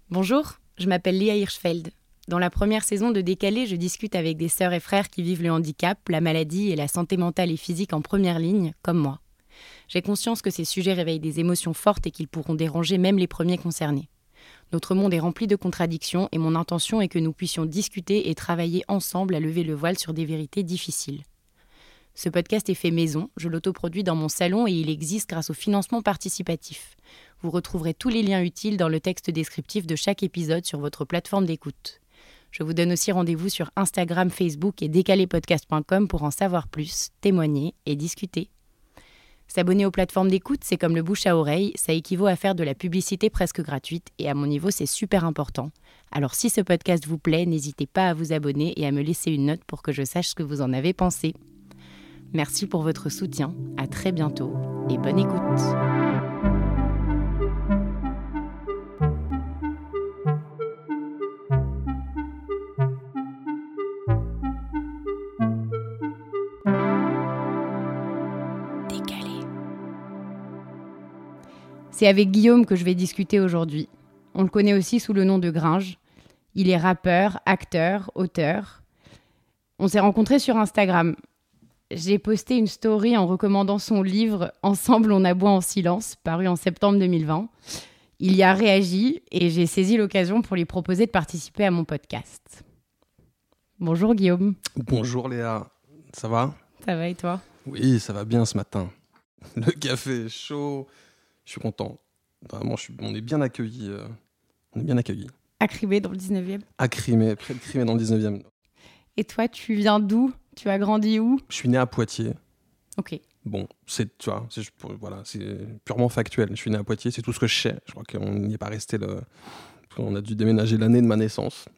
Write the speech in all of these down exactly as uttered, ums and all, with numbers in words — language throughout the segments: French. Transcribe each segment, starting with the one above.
Bonjour, je m'appelle Léa Hirschfeld. Dans la première saison de Décalé, je discute avec des sœurs et frères qui vivent le handicap, la maladie et la santé mentale et physique en première ligne, comme moi. J'ai conscience que ces sujets réveillent des émotions fortes et qu'ils pourront déranger même les premiers concernés. Notre monde est rempli de contradictions et mon intention est que nous puissions discuter et travailler ensemble à lever le voile sur des vérités difficiles. Ce podcast est fait maison, je l'autoproduis dans mon salon et il existe grâce au financement participatif. Vous retrouverez tous les liens utiles dans le texte descriptif de chaque épisode sur votre plateforme d'écoute. Je vous donne aussi rendez-vous sur Instagram, Facebook et décalé podcast point com pour en savoir plus, témoigner et discuter. S'abonner aux plateformes d'écoute, c'est comme le bouche à oreille, ça équivaut à faire de la publicité presque gratuite et à mon niveau, c'est super important. Alors si ce podcast vous plaît, n'hésitez pas à vous abonner et à me laisser une note pour que je sache ce que vous en avez pensé. Merci pour votre soutien, à très bientôt et bonne écoute. C'est avec Guillaume que je vais discuter aujourd'hui. On le connaît aussi sous le nom de Gringe. Il est rappeur, acteur, auteur. On s'est rencontrés sur Instagram. J'ai posté une story en recommandant son livre « Ensemble, on aboie en silence », paru en septembre deux mille vingt. Il y a réagi et j'ai saisi l'occasion pour lui proposer de participer à mon podcast. Bonjour Guillaume. Bonjour Léa, ça va ? Ça va et toi ? Oui, ça va bien ce matin. Le café est chaud, je suis content. Vraiment, je suis... on est bien accueillis. Euh... On est bien accueillis. À Crimée, dans le dix-neuvième. À Crimée, près de Crimée, dans le dix-neuvième. Et toi, tu viens d'où ? Tu as grandi où ? Je suis né à Poitiers. Ok. Bon, c'est, tu vois, c'est, voilà, c'est purement factuel. Je suis né à Poitiers, c'est tout ce que je sais. Je crois qu'on n'y est pas resté. Le... On a dû déménager l'année de ma naissance.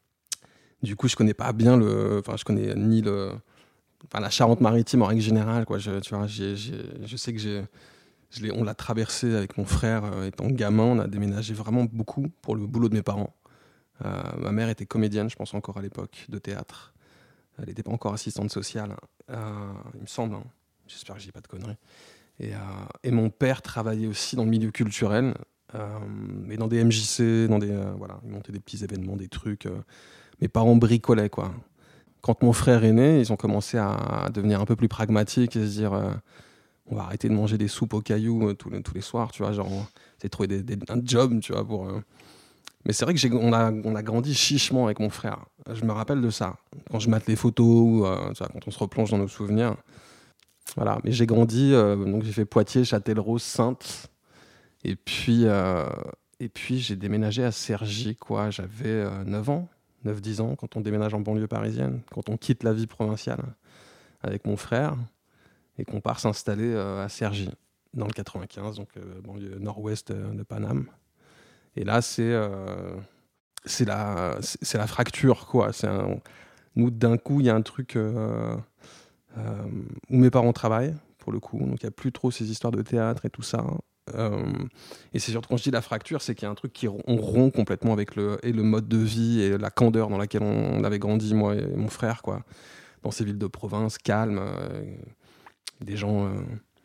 Du coup, je connais pas bien le... Enfin, je connais ni le... Enfin, la Charente-Maritime en règle générale, quoi. Je, tu vois, j'ai, j'ai, je sais que j'ai... Je l'ai, on l'a traversé avec mon frère euh, étant gamin. On a déménagé vraiment beaucoup pour le boulot de mes parents. Euh, ma mère était comédienne, je pense encore à l'époque, de théâtre. Elle n'était pas encore assistante sociale, euh, il me semble. Hein. J'espère que je dis pas de conneries. Et, euh, et mon père travaillait aussi dans le milieu culturel, euh, mais dans des M J C, dans des, euh, voilà, il montait des petits événements, des trucs. Euh, mes parents bricolaient, quoi. Quand mon frère est né, ils ont commencé à devenir un peu plus pragmatiques et se dire euh, on va arrêter de manger des soupes aux cailloux euh, tous, les, tous les soirs, tu vois, genre, c'est trouver des, des, un job, tu vois, pour... Euh... Mais c'est vrai que j'ai, on, a, on a grandi chichement avec mon frère. Je me rappelle de ça. Quand je mate les photos, euh, tu vois, quand on se replonge dans nos souvenirs. Voilà, mais j'ai grandi, euh, donc j'ai fait Poitiers, Châtellerault, Saintes. Et puis, euh, et puis j'ai déménagé à Cergy, quoi. J'avais euh, neuf ans, neuf dix ans, quand on déménage en banlieue parisienne, quand on quitte la vie provinciale avec mon frère et qu'on part s'installer euh, à Cergy, dans le quatre-vingt-quinze, donc euh, banlieue nord-ouest euh, de Paname. Et là, c'est, euh, c'est, la, c'est, c'est la fracture, quoi. C'est un, nous, d'un coup, il y a un truc euh, euh, où mes parents travaillent, pour le coup. Donc, il n'y a plus trop ces histoires de théâtre et tout ça. Euh, et c'est surtout, quand je dis la fracture, c'est qu'il y a un truc qui on rompt complètement avec le, et le mode de vie et la candeur dans laquelle on, on avait grandi, moi et mon frère, quoi. Dans ces villes de province, calmes, euh, des gens, euh,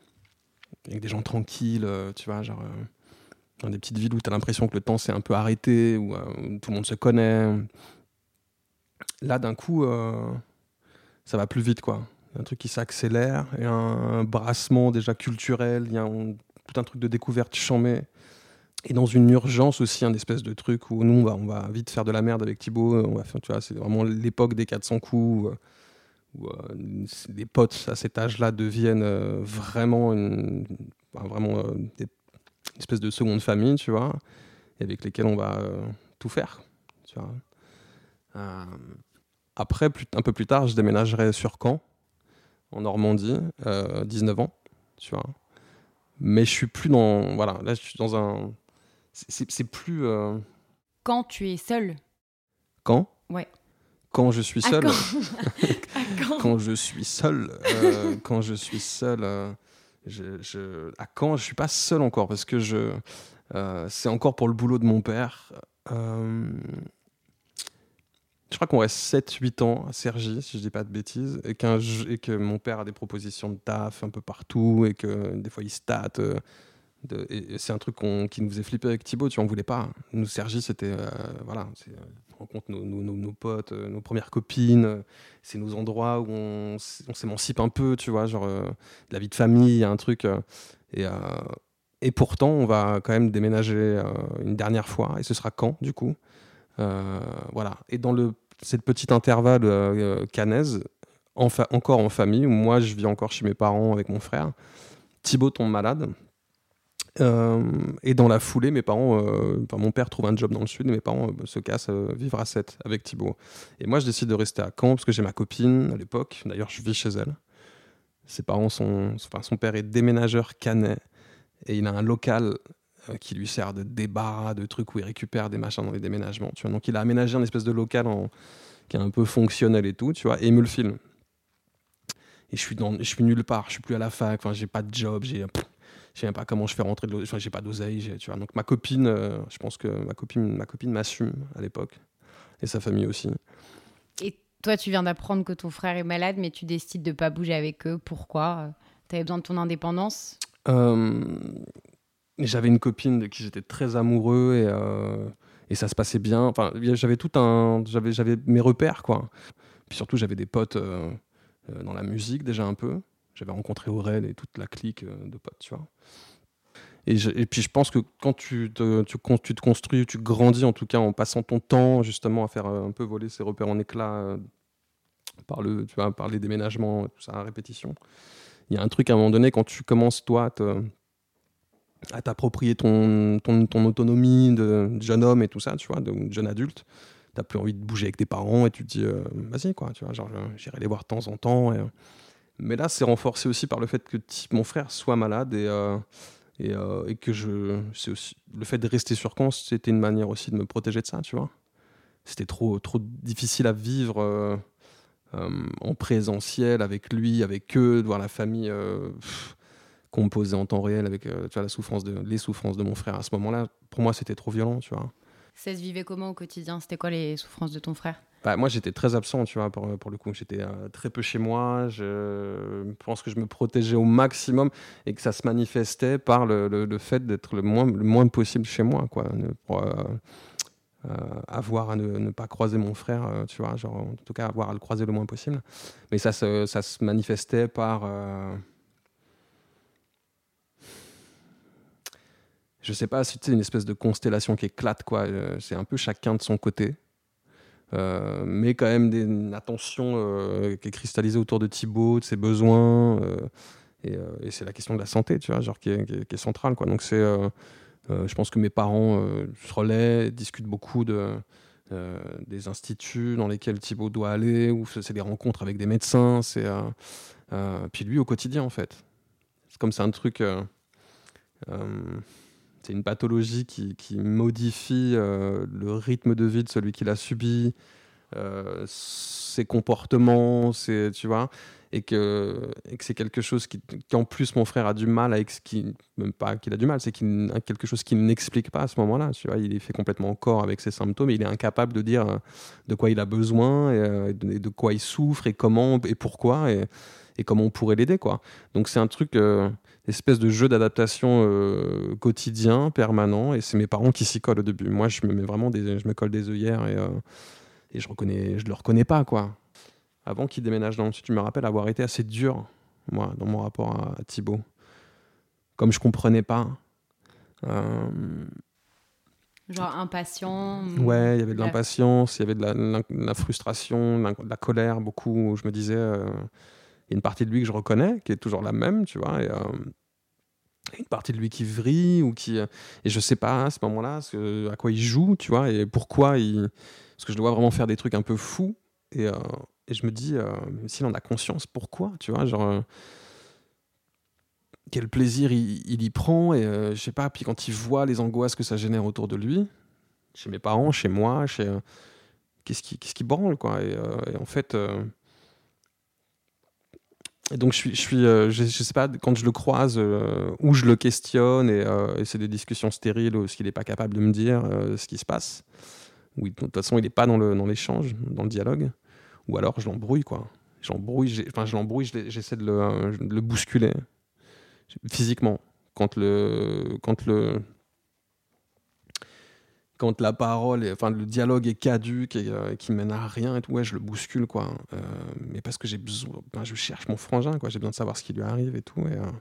avec des gens tranquilles, euh, tu vois, genre... Euh, dans des petites villes où tu as l'impression que le temps s'est un peu arrêté, où, euh, où tout le monde se connaît. Là, d'un coup, euh, ça va plus vite, quoi. Il y a un truc qui s'accélère, il y a un brassement déjà culturel, il y a un, tout un truc de découverte chamé. Et dans une urgence aussi, un espèce de truc où nous, on va, on va vite faire de la merde avec Thibaut. On va faire, tu vois, c'est vraiment l'époque des quatre cents coups, où, où euh, les potes à cet âge-là deviennent euh, vraiment, une, enfin, vraiment euh, des une espèce de seconde famille, tu vois, et avec lesquels on va euh, tout faire, tu vois. Euh, après, plus, un peu plus tard, je déménagerai sur Caen, en Normandie, euh, dix-neuf ans, tu vois. Mais je suis plus dans... Voilà, là, je suis dans un... C'est, c'est, c'est plus... Euh... Quand tu es seul ? Quand ? Ouais. Quand je suis seul ? À quand, à quand, quand je suis seul, euh, quand je suis seul... Euh... Je, je, à Caen, je suis pas seul encore parce que je, euh, c'est encore pour le boulot de mon père. Euh, je crois qu'on reste sept huit ans à Cergy, si je dis pas de bêtises, et, qu'un, et que mon père a des propositions de taf un peu partout et que des fois il se tâte. Euh, De, et, et c'est un truc qu'on, qui nous faisait flipper avec Thibaut, tu vois, on voulait pas. Nous, Sergi, c'était, euh, voilà, c'est, euh, on rencontre nos, nos, nos, nos potes, euh, nos premières copines, euh, c'est nos endroits où on, on s'émancipe un peu, tu vois, genre, euh, de la vie de famille, il y a un truc, euh, et, euh, et pourtant, on va quand même déménager euh, une dernière fois, et ce sera quand, du coup euh, voilà. Et dans le, cette petite intervalle euh, canaise, en fa- encore en famille, où moi, je vis encore chez mes parents avec mon frère, Thibaut tombe malade. Euh, et dans la foulée, mes parents, euh, enfin, mon père trouve un job dans le sud et mes parents euh, se cassent euh, vivre à Sète avec Thibaut. Et moi, je décide de rester à Caen parce que j'ai ma copine à l'époque. D'ailleurs, je vis chez elle. Ses parents sont, enfin, son père est déménageur canet et il a un local euh, qui lui sert de débarras, de trucs où il récupère des machins dans les déménagements. Tu vois. Donc, il a aménagé un espèce de local en, qui est un peu fonctionnel et tout, tu vois, et il me le filme. Et je suis, dans, je suis nulle part, je suis plus à la fac, enfin, j'ai pas de job, j'ai. Pff, je sais même pas comment je fais rentrer de l'oseille, enfin, j'ai pas d'oseille, j'ai, tu vois. Donc ma copine, euh, je pense que ma copine, ma copine m'assume à l'époque, et sa famille aussi. Et toi, tu viens d'apprendre que ton frère est malade, mais tu décides de pas bouger avec eux. Pourquoi ? T'avais besoin de ton indépendance ? euh, J'avais une copine de qui j'étais très amoureux et, euh, et ça se passait bien. Enfin, j'avais tout un, j'avais, j'avais mes repères, quoi. Puis surtout, j'avais des potes euh, euh, dans la musique déjà un peu. J'avais rencontré Aurel et toute la clique euh, de potes, tu vois. Et, je, et puis je pense que quand tu te, tu, tu te construis, tu grandis en tout cas en passant ton temps justement à faire euh, un peu voler ses repères en éclats euh, par, le, tu vois, par les déménagements, tout ça à répétition. Il y a un truc à un moment donné quand tu commences toi à, te, à t'approprier ton, ton, ton autonomie de, de jeune homme et tout ça, tu vois, de, de jeune adulte. T'as plus envie de bouger avec tes parents et tu te dis euh, vas-y quoi, tu vois, genre j'irai les voir de temps en temps. Et, euh. Mais là c'est renforcé aussi par le fait que t- mon frère soit malade et euh, Et, euh, et que je, c'est aussi, le fait de rester sur Caen, c'était une manière aussi de me protéger de ça, tu vois. C'était trop, trop difficile à vivre euh, euh, en présentiel avec lui, avec eux, de voir la famille euh, pff, composer en temps réel avec euh, tu vois, la souffrance de, les souffrances de mon frère. À ce moment-là, pour moi, c'était trop violent, tu vois. Ça se vivait comment au quotidien ? C'était quoi les souffrances de ton frère ? Bah, moi, j'étais très absent, tu vois, pour, pour le coup. J'étais euh, très peu chez moi. Je pense que je me protégeais au maximum et que ça se manifestait par le, le, le fait d'être le moins, le moins possible chez moi, quoi. Pour euh, euh, avoir à ne, ne pas croiser mon frère, euh, tu vois, genre, en tout cas, avoir à le croiser le moins possible. Mais ça se, ça se manifestait par... Euh, je sais pas, si tu sais, une espèce de constellation qui éclate, quoi. Euh, c'est un peu chacun de son côté. Euh, mais quand même des, une attention euh, qui est cristallisée autour de Thibaut, de ses besoins, euh, et, euh, et c'est la question de la santé, tu vois, genre qui est, qui est, qui est centrale, quoi. Donc c'est, euh, euh, je pense que mes parents euh, se relaient, discutent beaucoup de, euh, des instituts dans lesquels Thibaut doit aller, ou c'est des rencontres avec des médecins, c'est, euh, euh, puis lui au quotidien en fait. C'est comme c'est un truc, euh, euh, c'est une pathologie qui, qui modifie euh, le rythme de vie de celui qui l'a subi. Euh, ses comportements, ses, tu vois, et que, et que c'est quelque chose qui, qu'en plus mon frère a du mal à expliquer, même pas qu'il a du mal, c'est qu'il a quelque chose qu'il n'explique pas à ce moment-là, tu vois, il est fait complètement en corps avec ses symptômes, et il est incapable de dire euh, de quoi il a besoin, et, euh, et de, et de quoi il souffre, et comment, et pourquoi, et, et comment on pourrait l'aider, quoi. Donc c'est un truc, euh, espèce de jeu d'adaptation euh, quotidien, permanent, et c'est mes parents qui s'y collent au début. Moi, je me mets vraiment des, je me colle des œillères, et... Euh, Et je reconnais, je le reconnais pas, quoi. Avant qu'il déménage dans le sud, tu me rappelles avoir été assez dur, moi, dans mon rapport à, à Thibaut. Comme je comprenais pas. Euh... Genre impatient. Ouais, il y avait de La... l'impatience, il y avait de la, de la frustration, de la, de la colère, beaucoup. Où je me disais, euh, il y a une partie de lui que je reconnais, qui est toujours la même, tu vois. Et, euh, une partie de lui qui vrille, ou qui. Euh, et je sais pas à ce moment-là ce que, à quoi il joue, tu vois, et pourquoi il. Parce que je le vois vraiment faire des trucs un peu fous. Et, euh, et je me dis, euh, s'il en a conscience, pourquoi, tu vois, genre, euh, quel plaisir il, il y prend, et euh, je sais pas, puis quand il voit les angoisses que ça génère autour de lui, chez mes parents, chez moi, chez, euh, qu'est-ce qui, qu'est-ce qui branle, quoi, et, euh, et en fait, euh, et donc je suis, je suis, euh, je, je sais pas, quand je le croise, euh, où je le questionne, et, euh, et c'est des discussions stériles, où il n'est pas capable de me dire euh, ce qui se passe, où il- de toute façon il n'est pas dans, le, dans l'échange, dans le dialogue, ou alors je l'embrouille, quoi. J'embrouille, j'ai- enfin je l'embrouille, je l'ai- j'essaie de le, de le bousculer physiquement, quand le, quand le, quand la parole, est, enfin le dialogue est caduque et euh, qui mène à rien et tout, ouais, je le bouscule, quoi. Euh, mais parce que j'ai besoin, ben, je cherche mon frangin, quoi. J'ai besoin de savoir ce qui lui arrive et tout. Et, euh,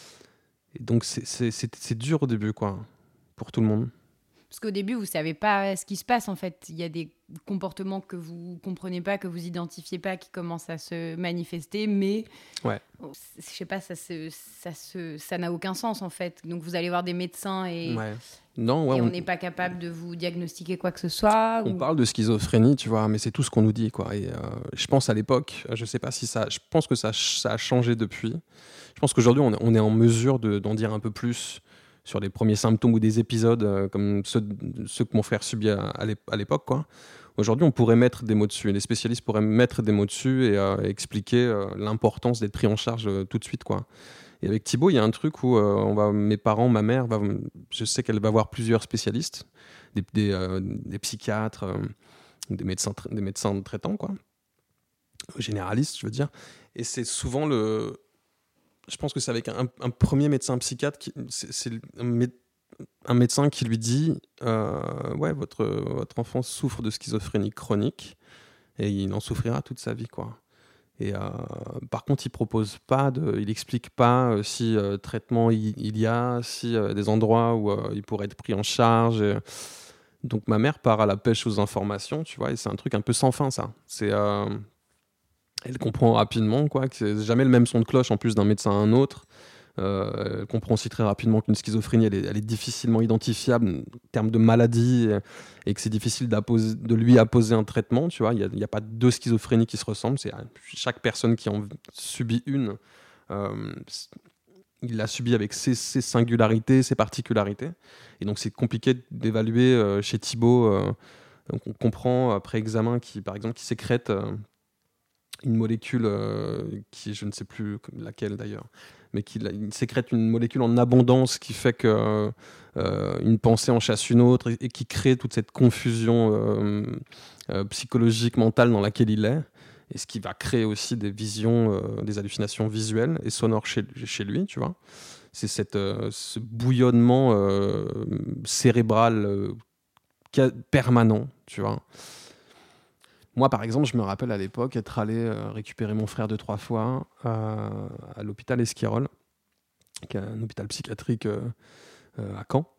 et donc c'est, c'est, c'est, c'est dur au début, quoi, pour tout le monde. Parce qu'au début, vous savez pas ce qui se passe, en fait. Il y a des comportements que vous comprenez pas, que vous identifiez pas, qui commencent à se manifester, mais ouais. je sais pas, ça se, ça se, ça n'a aucun sens, en fait. Donc vous allez voir des médecins et, ouais. Non, ouais, et on on n'est pas capable de vous diagnostiquer quoi que ce soit. On ou... parle de schizophrénie, tu vois, mais c'est tout ce qu'on nous dit, quoi. Et euh, je pense à l'époque, je sais pas si ça, je pense que ça, ça a changé depuis. Je pense qu'aujourd'hui, on, on est en mesure de, d'en dire un peu plus sur les premiers symptômes ou des épisodes euh, comme ceux, ceux que mon frère subit à, à l'époque, quoi. Aujourd'hui, on pourrait mettre des mots dessus. Les spécialistes pourraient mettre des mots dessus et euh, expliquer euh, l'importance d'être pris en charge euh, tout de suite, quoi. Et avec Thibaut, il y a un truc où euh, on va, mes parents, ma mère, va, je sais qu'elle va voir plusieurs spécialistes, des, des, euh, des psychiatres, euh, des, médecins, des médecins traitants, quoi, généralistes, je veux dire. Et c'est souvent le... Je pense que c'est avec un, un premier médecin psychiatre, qui, c'est, c'est un, mé, un médecin qui lui dit euh, ouais, votre, votre enfant souffre de schizophrénie chronique et il en souffrira toute sa vie, quoi. Et euh, par contre, il propose pas, de, il explique pas euh, si euh, traitement il, il y a, si euh, des endroits où euh, il pourrait être pris en charge. Et... Donc ma mère part à la pêche aux informations, tu vois, et c'est un truc un peu sans fin, ça. C'est, euh... elle comprend rapidement, quoi, que c'est jamais le même son de cloche en plus d'un médecin à un autre. Euh, elle comprend aussi très rapidement qu'une schizophrénie, elle est, elle est difficilement identifiable en termes de maladie et, et que c'est difficile de lui apposer un traitement. Tu vois, il n'y a, a pas deux schizophrénies qui se ressemblent. C'est chaque personne qui en subit une, euh, il l'a subi avec ses, ses singularités, ses particularités. Et donc c'est compliqué d'évaluer euh, chez Thibaut. Euh, donc on comprend après examen qui, par exemple, qui sécrète euh, une molécule euh, qui, je ne sais plus laquelle d'ailleurs, mais qui il sécrète une molécule en abondance qui fait que euh, une pensée en chasse une autre et, et qui crée toute cette confusion euh, euh, psychologique, mentale dans laquelle il est, et ce qui va créer aussi des visions, euh, des hallucinations visuelles et sonores chez, chez lui, tu vois. C'est cette, euh, ce bouillonnement euh, cérébral euh, permanent, tu vois. Moi, par exemple, je me rappelle à l'époque être allé euh, récupérer mon frère deux, trois fois euh, à l'hôpital Esquirol, qui est un hôpital psychiatrique euh, euh, à Caen.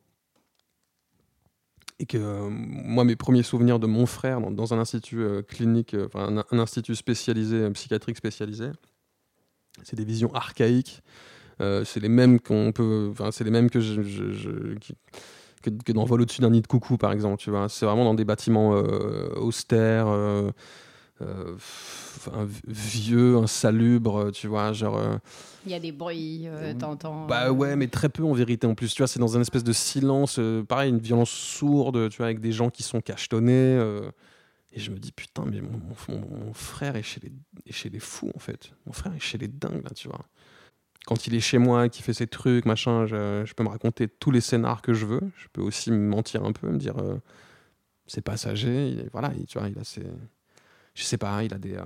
Et que euh, moi, mes premiers souvenirs de mon frère dans, dans un institut euh, clinique, euh, enfin un, un institut spécialisé, un psychiatrique spécialisé, c'est des visions archaïques. Euh, c'est les mêmes qu'on peut, enfin c'est les mêmes que je, je, je qui, que, que dans Vol au-dessus d'un nid de coucou, par exemple. Tu vois, c'est vraiment dans des bâtiments euh, austères. Euh, Euh, un vieux, insalubre, tu vois, genre... Euh, il y a des bruits, euh, t'entends... Bah ouais, mais très peu en vérité en plus, tu vois, c'est dans un espèce de silence, euh, pareil, une violence sourde, tu vois, avec des gens qui sont cachetonnés, euh, et je me dis, putain, mais mon, mon, mon frère est chez, les, est chez les fous, en fait. Mon frère est chez les dingues, là, tu vois. Quand il est chez moi, qu'il fait ses trucs, machin, je, je peux me raconter tous les scénars que je veux, je peux aussi me mentir un peu, me dire, euh, c'est passager, il, voilà, il, tu vois, il a ses... Je sais pas, il a des, euh,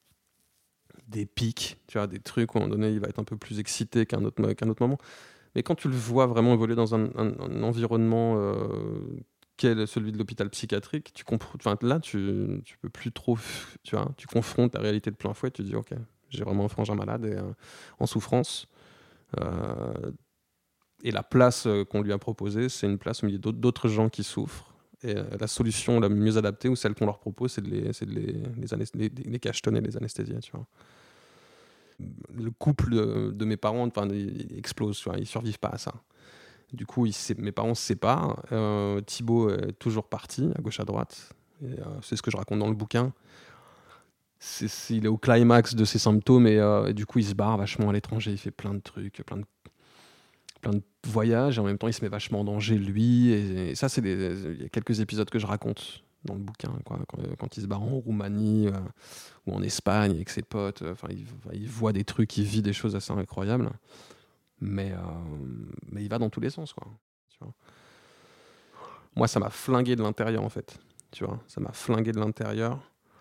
des pics, tu vois, des trucs où à un moment donné, il va être un peu plus excité qu'un autre, qu'un autre moment. Mais quand tu le vois vraiment évoluer dans un, un, un environnement euh, qu'est celui de l'hôpital psychiatrique, tu comprends, là, tu, tu peux plus trop, tu vois, tu confrontes la réalité de plein fouet, tu te dis, ok, j'ai vraiment un frangin malade et euh, en souffrance. Euh, et la place qu'on lui a proposée, c'est une place au milieu d'autres gens qui souffrent. Et euh, la solution la mieux adaptée, ou celle qu'on leur propose, c'est de les, c'est de les, les, anest- les, les cachetonner, les anesthésier, tu vois. Le couple de, de mes parents, enfin, il, il explose, tu vois, ils survivent pas à ça. Du coup, ils, mes parents se séparent. Euh, Thibaut est toujours parti, à gauche à droite. Et, euh, c'est ce que je raconte dans le bouquin. C'est, c'est, il est au climax de ses symptômes et, euh, et du coup, il se barre vachement à l'étranger. Il fait plein de trucs, plein de plein de voyages, et en même temps il se met vachement en danger lui, et, et ça c'est des, il y a quelques épisodes que je raconte dans le bouquin, quoi, quand, quand il se barre en Roumanie euh, ou en Espagne avec ses potes, enfin il, il voit des trucs, il vit des choses assez incroyables, mais, euh, mais il va dans tous les sens, quoi, tu vois. Moi ça m'a flingué de l'intérieur en fait, tu vois, ça m'a flingué de l'intérieur.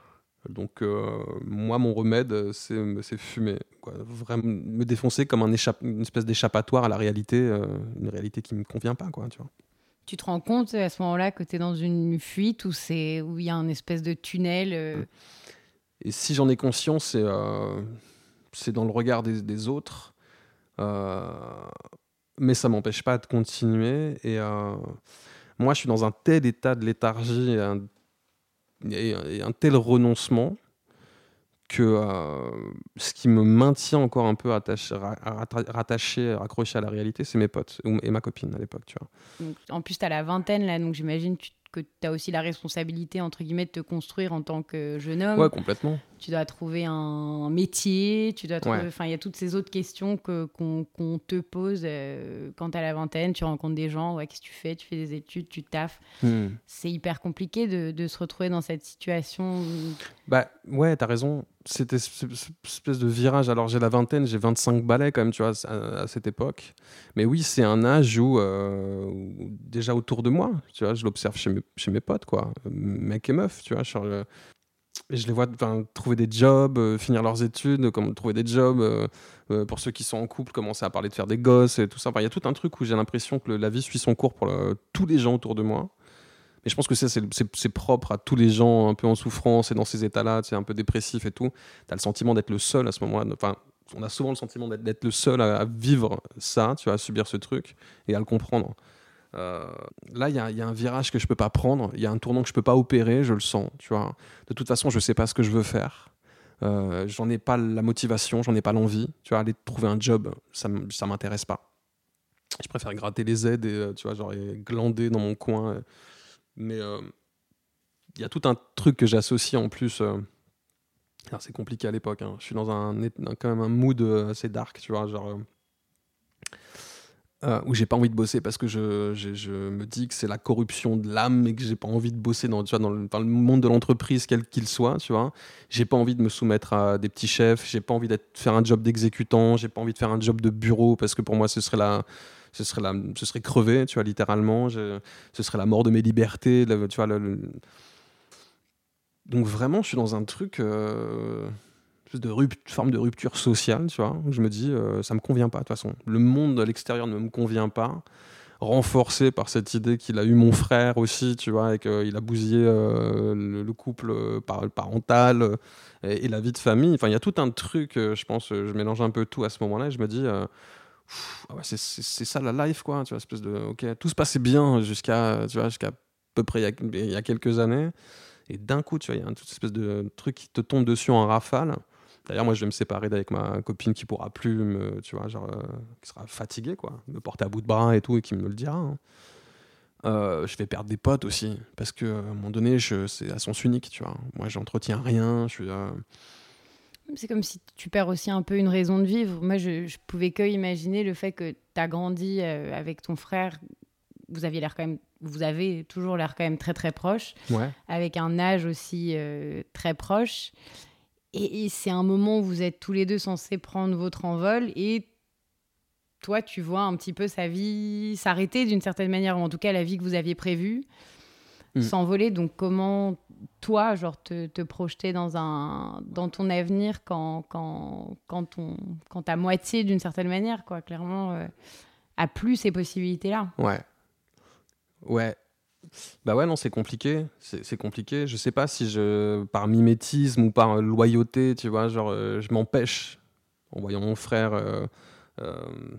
Donc, euh, moi, mon remède, c'est, c'est fumer. Quoi. Vraiment me défoncer comme un échapp- une espèce d'échappatoire à la réalité, euh, une réalité qui ne me convient pas, quoi, tu vois. Tu te rends compte à ce moment-là que tu es dans une fuite où c'est où il y a un espèce de tunnel euh... Et si j'en ai conscience, c'est, euh, c'est dans le regard des, des autres. Euh, mais ça m'empêche pas de continuer. Et euh, moi, je suis dans un tel état de léthargie et un, et, et un tel renoncement que euh, ce qui me maintient encore un peu attaché, rattaché, raccroché à la réalité, c'est mes potes et ma copine à l'époque, tu vois. Donc, en plus, tu as la vingtaine, là, donc j'imagine tu, que tu as aussi la responsabilité, entre guillemets, de te construire en tant que jeune homme. Ouais, complètement. Tu dois trouver un métier, tu dois trouver... Enfin, ouais. il y a toutes ces autres questions que, qu'on, qu'on te pose euh, quand tu as la vingtaine, tu rencontres des gens, ouais, qu'est-ce que tu fais? Tu fais des études, tu taffes. Hmm. C'est hyper compliqué de, de se retrouver dans cette situation. Bah, ouais, t'as raison. C'était cette espèce de virage. Alors, j'ai la vingtaine, j'ai vingt-cinq balais quand même, tu vois, à, à cette époque. Mais oui, c'est un âge où, euh, où déjà autour de moi, tu vois, je l'observe chez mes, chez mes potes, quoi, mecs et meufs, tu vois, genre, euh, je les vois trouver des jobs, euh, finir leurs études, comme, trouver des jobs, euh, euh, pour ceux qui sont en couple, commencer à parler de faire des gosses et tout ça. Enfin, il y a tout un truc où j'ai l'impression que le, la vie suit son cours pour le, tous les gens autour de moi. Et je pense que ça, c'est, c'est, c'est propre à tous les gens un peu en souffrance et dans ces états-là, tu sais, un peu dépressifs et tout. Tu as le sentiment d'être le seul à ce moment-là. Enfin, on a souvent le sentiment d'être, d'être le seul à, à vivre ça, tu vois, à subir ce truc et à le comprendre. Euh, là, il y, y a un virage que je peux pas prendre, il y a un tournant que je peux pas opérer, je le sens, tu vois. De toute façon, je sais pas ce que je veux faire. Euh, j'en ai pas la motivation, j'en ai pas l'envie. Tu vois, aller trouver un job, ça, ça m'intéresse pas. Je préfère gratter les aides et, tu vois, genre, et glander dans mon coin. Mais il euh, y a tout un truc que j'associe en plus. Euh... Alors, c'est compliqué à l'époque. Hein. Je suis dans un, un, quand même un mood assez dark, tu vois, genre. Euh... Euh, où j'ai pas envie de bosser parce que je, je, je me dis que c'est la corruption de l'âme et que j'ai pas envie de bosser dans, tu vois, dans, le, dans le monde de l'entreprise quel qu'il soit, tu vois. J'ai pas envie de me soumettre à des petits chefs, j'ai pas envie de faire un job d'exécutant, j'ai pas envie de faire un job de bureau parce que pour moi ce serait la, ce serait la, ce serait crever, tu vois, littéralement. Je, ce serait la mort de mes libertés, le, tu vois. Le, le... Donc vraiment, je suis dans un truc. Euh... de rupt- forme de rupture sociale, tu vois, où je me dis, euh, ça me convient pas, de toute façon. Le monde à l'extérieur ne me convient pas, renforcé par cette idée qu'il a eu mon frère aussi, tu vois, et qu'il a bousillé euh, le, le couple euh, par, parental euh, et, et la vie de famille. Enfin, il y a tout un truc, euh, je pense, euh, je mélange un peu tout à ce moment-là, et je me dis, euh, pff, ah ouais, c'est, c'est, c'est ça la life, quoi, tu vois, espèce de, ok, tout se passait bien jusqu'à, tu vois, jusqu'à peu près il y, a, il y a quelques années, et d'un coup, tu vois, il y a une espèce de truc qui te tombe dessus en rafale. D'ailleurs, moi, je vais me séparer d'avec ma copine qui pourra plus me, tu vois, genre, euh, qui sera fatiguée, quoi, me porter à bout de bras et tout, et qui me le dira. Hein. Euh, je vais perdre des potes aussi, parce que à un moment donné, je, c'est à sens unique, tu vois. Moi, j'entretiens rien, je suis. Euh... C'est comme si tu perds aussi un peu une raison de vivre. Moi, je, je pouvais que imaginer le fait que tu as grandi euh, avec ton frère. Vous aviez l'air quand même, vous avez toujours l'air quand même très très proche, ouais. avec un âge aussi euh, très proche. Et, et c'est un moment où vous êtes tous les deux censés prendre votre envol et toi, tu vois un petit peu sa vie s'arrêter d'une certaine manière, ou en tout cas la vie que vous aviez prévue, mmh. s'envoler. Donc comment, toi, genre, te, te projeter dans, un, dans ton avenir quand, quand, quand, on, quand ta moitié, d'une certaine manière, quoi, clairement, euh, a plus ces possibilités-là. Ouais. Ouais. Bah ouais, non, c'est compliqué. C'est, c'est compliqué. Je sais pas si je, par mimétisme ou par loyauté, tu vois, genre, euh, je m'empêche, en voyant mon frère euh, euh,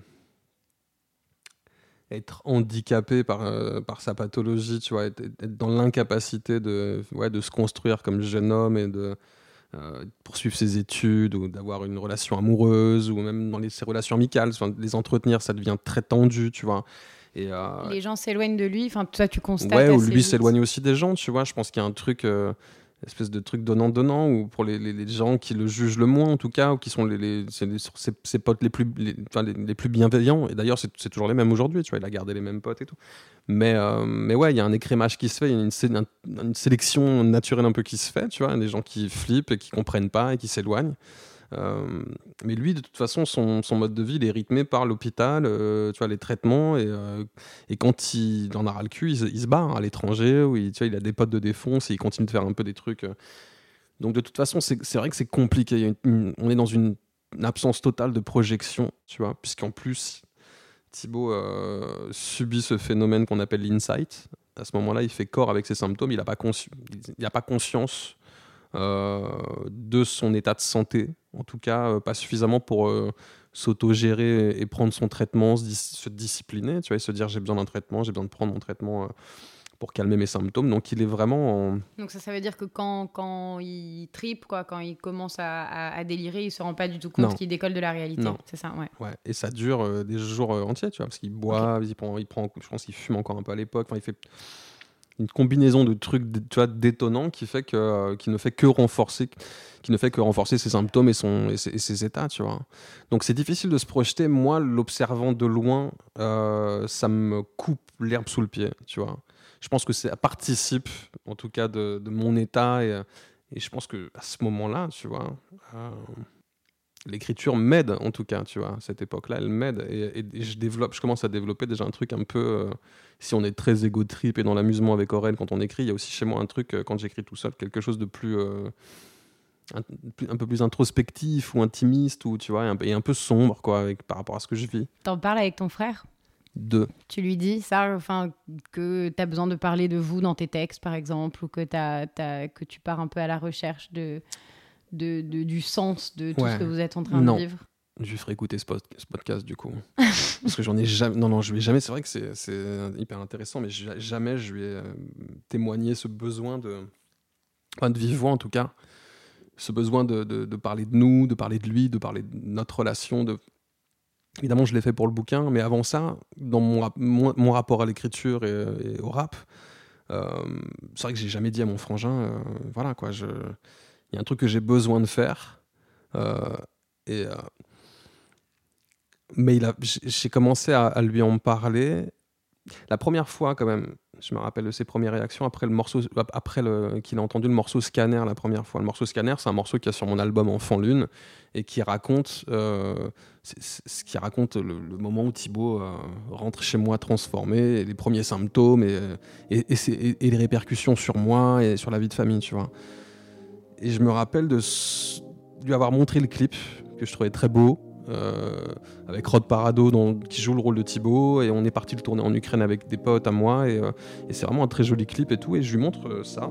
être handicapé par, euh, par sa pathologie, tu vois, être, être dans l'incapacité de, ouais, de se construire comme jeune homme et de euh, poursuivre ses études ou d'avoir une relation amoureuse ou même dans les, ses relations amicales, enfin, les entretenir, ça devient très tendu, tu vois. Et euh, les gens s'éloignent de lui, enfin toi tu constates ouais, ou assez lui vite. s'éloigne aussi des gens, tu vois. Je pense qu'il y a un truc, euh, espèce de truc donnant-donnant, ou pour les, les, les gens qui le jugent le moins, en tout cas, ou qui sont les, les, c'est les, ses, ses potes les plus, les, enfin, les, les plus bienveillants. Et d'ailleurs, c'est, c'est toujours les mêmes aujourd'hui, tu vois. Il a gardé les mêmes potes et tout. Mais, euh, mais ouais, il y a un écrémage qui se fait, il y a une, sé- un, une sélection naturelle un peu qui se fait, tu vois. Il y a des gens qui flippent et qui comprennent pas et qui s'éloignent. Euh, mais lui, de toute façon, son, son mode de vie, il est rythmé par l'hôpital, euh, tu vois, les traitements, et, euh, et quand il en a ras le cul, il, il se barre à l'étranger, où il, tu vois, il a des potes de défonce, et il continue de faire un peu des trucs, euh, Donc de toute façon, c'est, c'est vrai que c'est compliqué. Il y a une- une- on est dans une, une absence totale de projection, tu vois, puisqu'en plus, Thibaut euh, subit ce phénomène qu'on appelle l'insight. À ce moment-là, il fait corps avec ses symptômes, il n'a pas, consci- il n'a pas conscience euh, de son état de santé, en tout cas euh, pas suffisamment pour euh, s'auto-gérer et prendre son traitement, se, dis- se discipliner, tu vois, et se dire j'ai besoin d'un traitement, j'ai besoin de prendre mon traitement euh, pour calmer mes symptômes. Donc il est vraiment en... Donc ça, ça veut dire que quand, quand il tripe, quoi, quand il commence à, à, à délirer, il se rend pas du tout compte Non. qu'il décolle de la réalité. Non. C'est ça, ouais. Ouais. Et ça dure euh, des jours euh, entiers, tu vois, parce qu'il boit, il prend, il prend, je pense qu'il fume encore un peu à l'époque. Enfin, il fait une combinaison de trucs, tu vois, détonnants qui fait que, euh, qui ne fait que renforcer, qui ne fait que renforcer ses symptômes et son et ses, et ses états, tu vois. Donc c'est difficile de se projeter. Moi, l'observant de loin, euh, ça me coupe l'herbe sous le pied, tu vois. Je pense que ça participe, en tout cas, de, de mon état et, et je pense que à ce moment-là, tu vois. Euh, L'écriture m'aide en tout cas, tu vois, à cette époque-là, elle m'aide et, et je développe, je commence à développer déjà un truc un peu, euh, si on est très égo trip et dans l'amusement avec Aurel quand on écrit, il y a aussi chez moi un truc euh, quand j'écris tout seul, quelque chose de plus, euh, un, un peu plus introspectif ou intimiste ou tu vois, et un, et un peu sombre quoi, avec, par rapport à ce que je vis. T'en parles avec ton frère ? De. Tu lui dis ça, enfin, que tu as besoin de parler de vous dans tes textes, par exemple, ou que, t'as, t'as, que tu pars un peu à la recherche de, de, de, du sens de tout Ouais. ce que vous êtes en train Non. de vivre. Je lui ferai écouter ce, pod- ce podcast du coup. Parce que j'en ai jamais. Non, non, je lui ai jamais. C'est vrai que c'est, c'est hyper intéressant, mais ja- jamais je lui ai euh, témoigné ce besoin de. Enfin, de vive voix en tout cas. Ce besoin de, de, de parler de nous, de parler de lui, de parler de notre relation. De... Évidemment, je l'ai fait pour le bouquin, mais avant ça, dans mon, rap- mon, mon rapport à l'écriture et, et au rap, euh, c'est vrai que j'ai jamais dit à mon frangin, euh, voilà quoi, je... il y a un truc que j'ai besoin de faire. Euh, et, euh, mais il a, j'ai j'ai commencé à, à lui en parler. La première fois, quand même, je me rappelle de ses premières réactions après, le morceau, après le, qu'il a entendu le morceau Scanner la première fois. Le morceau Scanner, c'est un morceau qui est sur mon album Enfant Lune et qui raconte, euh, c'est, c'est, qui raconte le, le moment où Thibaut euh, rentre chez moi transformé, et les premiers symptômes et, et, et, c'est, et, et les répercussions sur moi et sur la vie de famille, tu vois. Et je me rappelle de s- lui avoir montré le clip que je trouvais très beau. Euh, avec Rod Parado dans, qui joue le rôle de Thibaut, et on est parti le tourner en Ukraine avec des potes à moi, et, euh, et c'est vraiment un très joli clip et tout, et je lui montre euh, ça.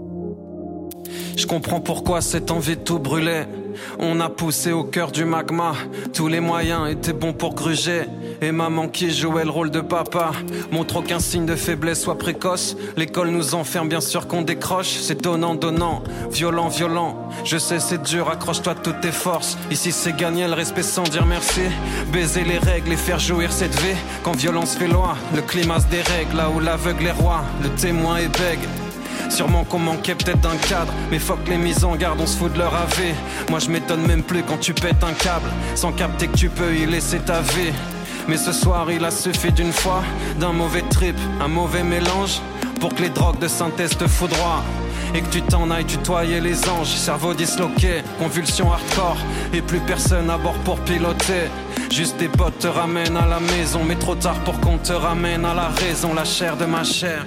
Je comprends pourquoi cette envie de tout brûler. On a poussé au cœur du magma. Tous les moyens étaient bons pour gruger. Et maman qui jouait le rôle de papa montre aucun signe de faiblesse soit précoce. L'école nous enferme, bien sûr qu'on décroche. C'est donnant, donnant, violent, violent. Je sais c'est dur, accroche-toi de toutes tes forces. Ici c'est gagner le respect sans dire merci. Baiser les règles et faire jouir cette vie. Quand violence fait loi, le climat se dérègle. Là où l'aveugle est roi, le témoin est bègue. Sûrement qu'on manquait peut-être d'un cadre, mais fuck les mises en garde, on se fout de leur A V. Moi je m'étonne même plus quand tu pètes un câble, sans capter que tu peux y laisser ta vie. Mais ce soir il a suffi d'une fois, d'un mauvais trip, un mauvais mélange, pour que les drogues de synthèse te foudroient. Et que tu t'en ailles tutoyer les anges, cerveau disloqué, convulsion hardcore, et plus personne à bord pour piloter. Juste tes potes te ramènent à la maison, mais trop tard pour qu'on te ramène à la raison, la chair de ma chair.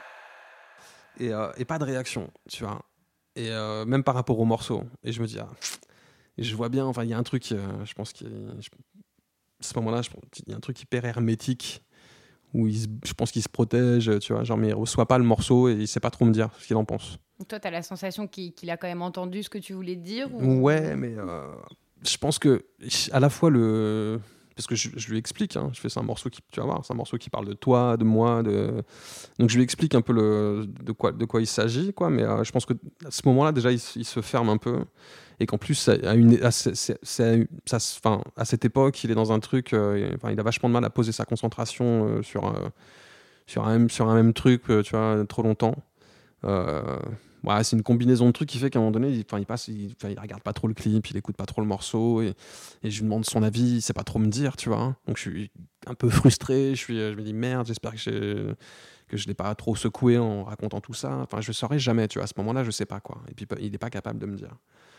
Et, euh, et pas de réaction, tu vois. Et euh, même par rapport au morceau. Et je me dis, ah, et je vois bien, enfin, il y a un truc, euh, je pense qu'il à ce moment-là, il y a un truc hyper hermétique où il se, je pense qu'il se protège, tu vois, genre, mais il reçoit pas le morceau et il sait pas trop me dire ce qu'il en pense. Toi, t'as la sensation qu'il, qu'il a quand même entendu ce que tu voulais dire ou... Ouais, mais euh, je pense que à la fois le. Parce que je, je lui explique, hein, je fais c'est un morceau qui, tu vas voir, c'est un morceau qui parle de toi, de moi, de... donc je lui explique un peu le, de quoi, de quoi il s'agit, quoi. Mais euh, je pense que à ce moment-là déjà il, il se ferme un peu et qu'en plus à, une, à, c'est, c'est, c'est, ça, enfin, à cette époque il est dans un truc, euh, enfin, il a vachement de mal à poser sa concentration euh, sur euh, sur un même sur un même truc, euh, tu vois, trop longtemps. Euh, Ouais, c'est une combinaison de trucs qui fait qu'à un moment donné, il, il passe, il, il regarde pas trop le clip, il écoute pas trop le morceau, et, et je lui demande son avis, il sait pas trop me dire, tu vois. Donc je suis un peu frustré, je, suis, je me dis merde, j'espère que, j'ai, que je l'ai pas trop secoué en racontant tout ça. Enfin, je saurais jamais, tu vois. À ce moment-là, je sais pas quoi. Et puis il est pas capable de me dire.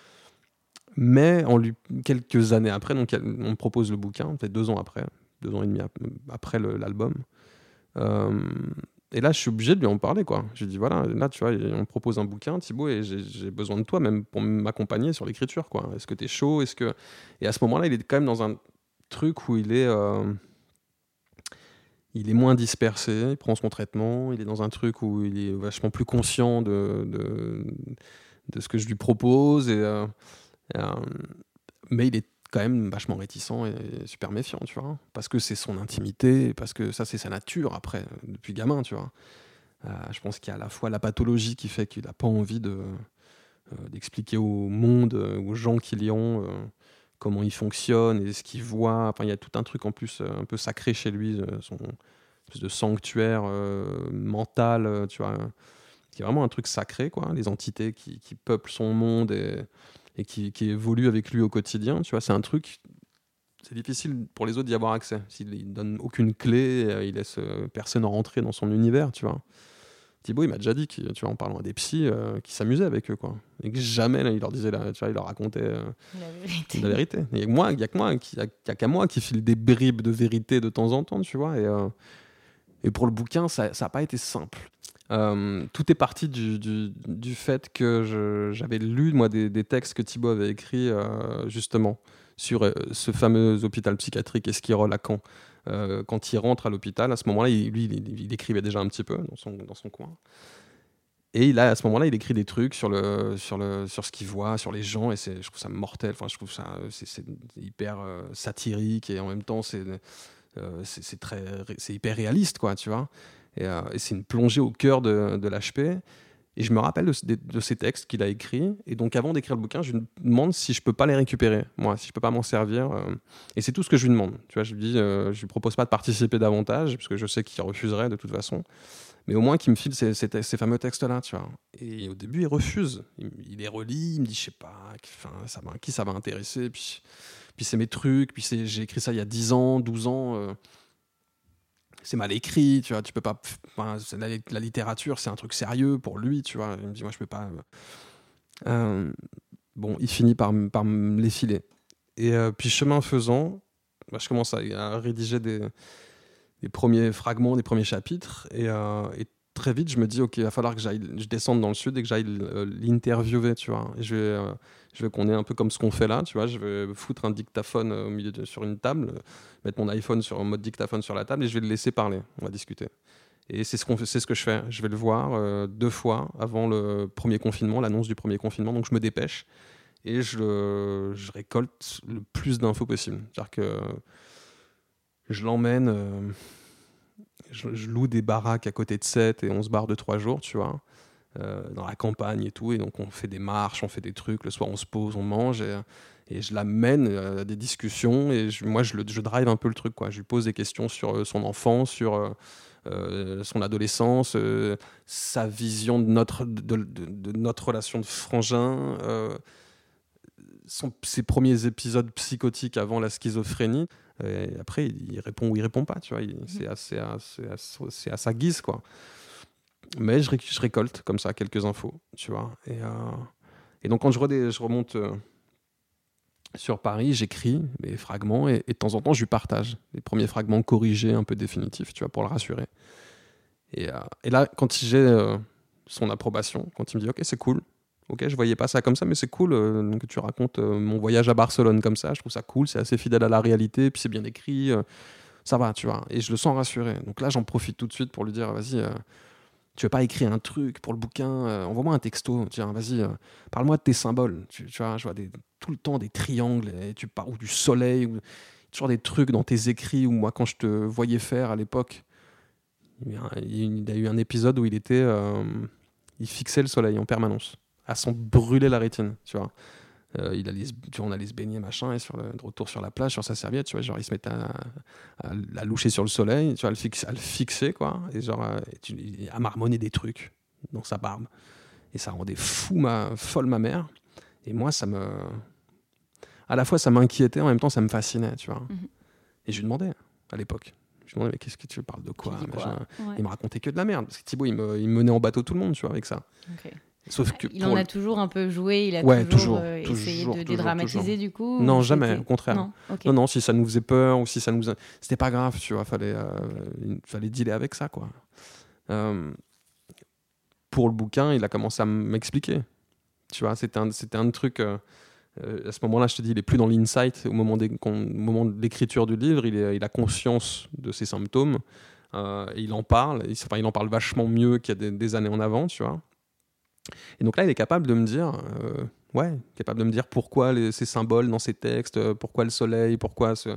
Mais en lui, quelques années après, donc on me propose le bouquin, peut-être deux ans après, deux ans et demi après le, l'album. Euh, et là, je suis obligé de lui en parler, quoi. Je lui dis, voilà, là, tu vois, on me propose un bouquin, Thibaut, et j'ai, j'ai besoin de toi, même pour m'accompagner sur l'écriture, quoi. Est-ce que t'es chaud? Est-ce que... Et à ce moment-là, il est quand même dans un truc où il est... Euh... Il est moins dispersé, il prend son traitement, il est dans un truc où il est vachement plus conscient de, de, de ce que je lui propose, et, euh, et, euh, mais il est quand même vachement réticent et super méfiant, tu vois, parce que c'est son intimité, parce que ça c'est sa nature après, depuis gamin, tu vois. Euh, je pense qu'il y a à la fois la pathologie qui fait qu'il n'a pas envie de, euh, d'expliquer au monde, euh, aux gens qui y ont, euh, comment il fonctionne et ce qu'il voit. Enfin, il y a tout un truc en plus euh, un peu sacré chez lui, euh, son espèce de sanctuaire euh, mental, euh, tu vois, qui est vraiment un truc sacré, quoi. Les entités qui, qui peuplent son monde et, et qui, qui évoluent avec lui au quotidien, tu vois, c'est un truc. C'est difficile pour les autres d'y avoir accès. S'il ne donne aucune clé, euh, il laisse euh, personne rentrer dans son univers, tu vois. Thibaut, il m'a déjà dit, tu vois, en parlant à des psys, euh, qu'il s'amusait avec eux, quoi. Et que jamais, là, il leur disait, là, tu vois, il leur racontait euh, la vérité. La vérité. Il n'y a que moi, il y a que moi, qui, il y a qu'à moi qui file des bribes de vérité de temps en temps, tu vois. Et, euh, et pour le bouquin, ça n'a pas été simple. Euh, tout est parti du, du, du fait que je, j'avais lu, moi, des, des textes que Thibaut avait écrits, euh, justement, sur euh, ce fameux hôpital psychiatrique Esquirol à Caen. Euh, quand il rentre à l'hôpital, à ce moment-là, il, lui, il, il écrivait déjà un petit peu dans son, dans son coin. Et il a, à ce moment-là, il écrit des trucs sur, le, sur, le, sur ce qu'il voit, sur les gens, et c'est, je trouve ça mortel. Enfin, je trouve ça c'est, c'est hyper euh, satirique, et en même temps, c'est, euh, c'est, c'est, très, c'est hyper réaliste, quoi, tu vois. Et, euh, et c'est une plongée au cœur de, de l'H P. Et je me rappelle de, de, de ces textes qu'il a écrits. Et donc, avant d'écrire le bouquin, je lui demande si je peux pas les récupérer, moi, si je peux pas m'en servir. Euh, et c'est tout ce que je lui demande. Tu vois, je lui dis, euh, je lui propose pas de participer davantage, parce que je sais qu'il refuserait de toute façon. Mais au moins qu'il me file ces, ces, ces fameux textes-là, tu vois. Et au début, il refuse. Il, il les relit, il me dit, je sais pas, ça va, qui ça va intéresser. Puis, puis c'est mes trucs, puis c'est, j'ai écrit ça il y a dix ans, douze ans. Euh, c'est mal écrit, tu vois, tu peux pas... Enfin, la, la littérature, c'est un truc sérieux pour lui, tu vois. Il me dit, moi, je peux pas... Euh, bon, il finit par, par me les filer. Et euh, puis, chemin faisant, bah, je commence à, à rédiger des, des premiers fragments, des premiers chapitres, et, euh, et très vite, je me dis, ok, il va falloir que j'aille, je descende dans le sud et que j'aille euh, l'interviewer, tu vois. Et je vais, euh, je veux qu'on ait un peu comme ce qu'on fait là, tu vois. Je vais foutre un dictaphone au milieu de, sur une table, mettre mon iPhone sur en mode dictaphone sur la table et je vais le laisser parler. On va discuter. Et c'est ce qu'on fait, c'est ce que je fais. Je vais le voir euh, deux fois avant le premier confinement, l'annonce du premier confinement. Donc je me dépêche et je, le, je récolte le plus d'infos possible. C'est-à-dire que je l'emmène. Euh, Je, je loue des baraques à côté de Sète et on se barre de trois jours, tu vois, euh, dans la campagne et tout. Et donc, on fait des marches, on fait des trucs. Le soir, on se pose, on mange. Et, et je l'amène à des discussions. Et je, moi, je, le, je drive un peu le truc, quoi. Je lui pose des questions sur son enfance, sur euh, son adolescence, euh, sa vision de notre, de, de, de notre relation de frangin, euh, son, ses premiers épisodes psychotiques avant la schizophrénie. Et après, il répond ou il répond pas, tu vois. Il, c'est, à, c'est, à, c'est, à, c'est à sa guise, quoi. Mais je, je récolte comme ça quelques infos, tu vois. Et, euh, et donc, quand je, redé, je remonte euh, sur Paris, j'écris mes fragments et, et de temps en temps, je lui partage les premiers fragments corrigés, un peu définitifs, tu vois, pour le rassurer. Et, euh, et là, quand j'ai euh, son approbation, quand il me dit « Ok, c'est cool », ok, je voyais pas ça comme ça, mais c'est cool euh, que tu racontes euh, mon voyage à Barcelone comme ça. Je trouve ça cool, c'est assez fidèle à la réalité, puis c'est bien écrit, euh, ça va, tu vois. Et je le sens rassuré. Donc là, j'en profite tout de suite pour lui dire, vas-y, euh, tu veux pas écrire un truc pour le bouquin, euh, envoie-moi un texto, tiens, vas-y, euh, parle-moi de tes symboles. Tu, tu vois, je vois des, tout le temps des triangles, et tu parles ou du soleil, ou toujours des trucs dans tes écrits, ou moi, quand je te voyais faire à l'époque, il y a, il y a eu un épisode où il était, euh, il fixait le soleil en permanence, à s'en brûler la rétine, tu vois. Euh, il allait, tu vois, on allait se baigner, machin, et sur le de retour sur la plage, sur sa serviette, tu vois, genre il se mettait à, à, à loucher sur le soleil, tu vois, à le, fix, à le fixer, quoi, et genre et tu, à marmonner des trucs dans sa barbe. Et ça rendait fou ma, folle ma mère. Et moi, ça me... À la fois, ça m'inquiétait, en même temps, ça me fascinait, tu vois. Mm-hmm. Et je lui demandais, à l'époque, je lui demandais, mais qu'est-ce que tu parles de quoi, quoi ouais. Il me racontait que de la merde, parce que Thibaut, il me, il me menait en bateau tout le monde, tu vois, avec ça. Okay. Sauf que il en a toujours un peu joué, il a ouais, toujours, toujours euh, toujours, essayé toujours, de toujours, dédramatiser toujours. du coup. Non, jamais, c'était... au contraire. Non, okay. non, non, si ça nous faisait peur ou si ça nous, c'était pas grave, tu vois, fallait, euh, il fallait dealer avec ça, quoi. Euh, pour le bouquin, il a commencé à m'expliquer. Tu vois, c'était un, c'était un truc... Euh, euh, à ce moment-là, je te dis, il est plus dans l'insight. Au moment, des, au moment de l'écriture du livre, il, est, il a conscience de ses symptômes. Euh, et il en parle. Il, enfin, il en parle vachement mieux qu'il y a des, des années en avant, tu vois. Et donc là, il est capable de me dire... Euh, ouais, capable de me dire pourquoi les, ces symboles dans ces textes, euh, pourquoi le soleil, pourquoi ce...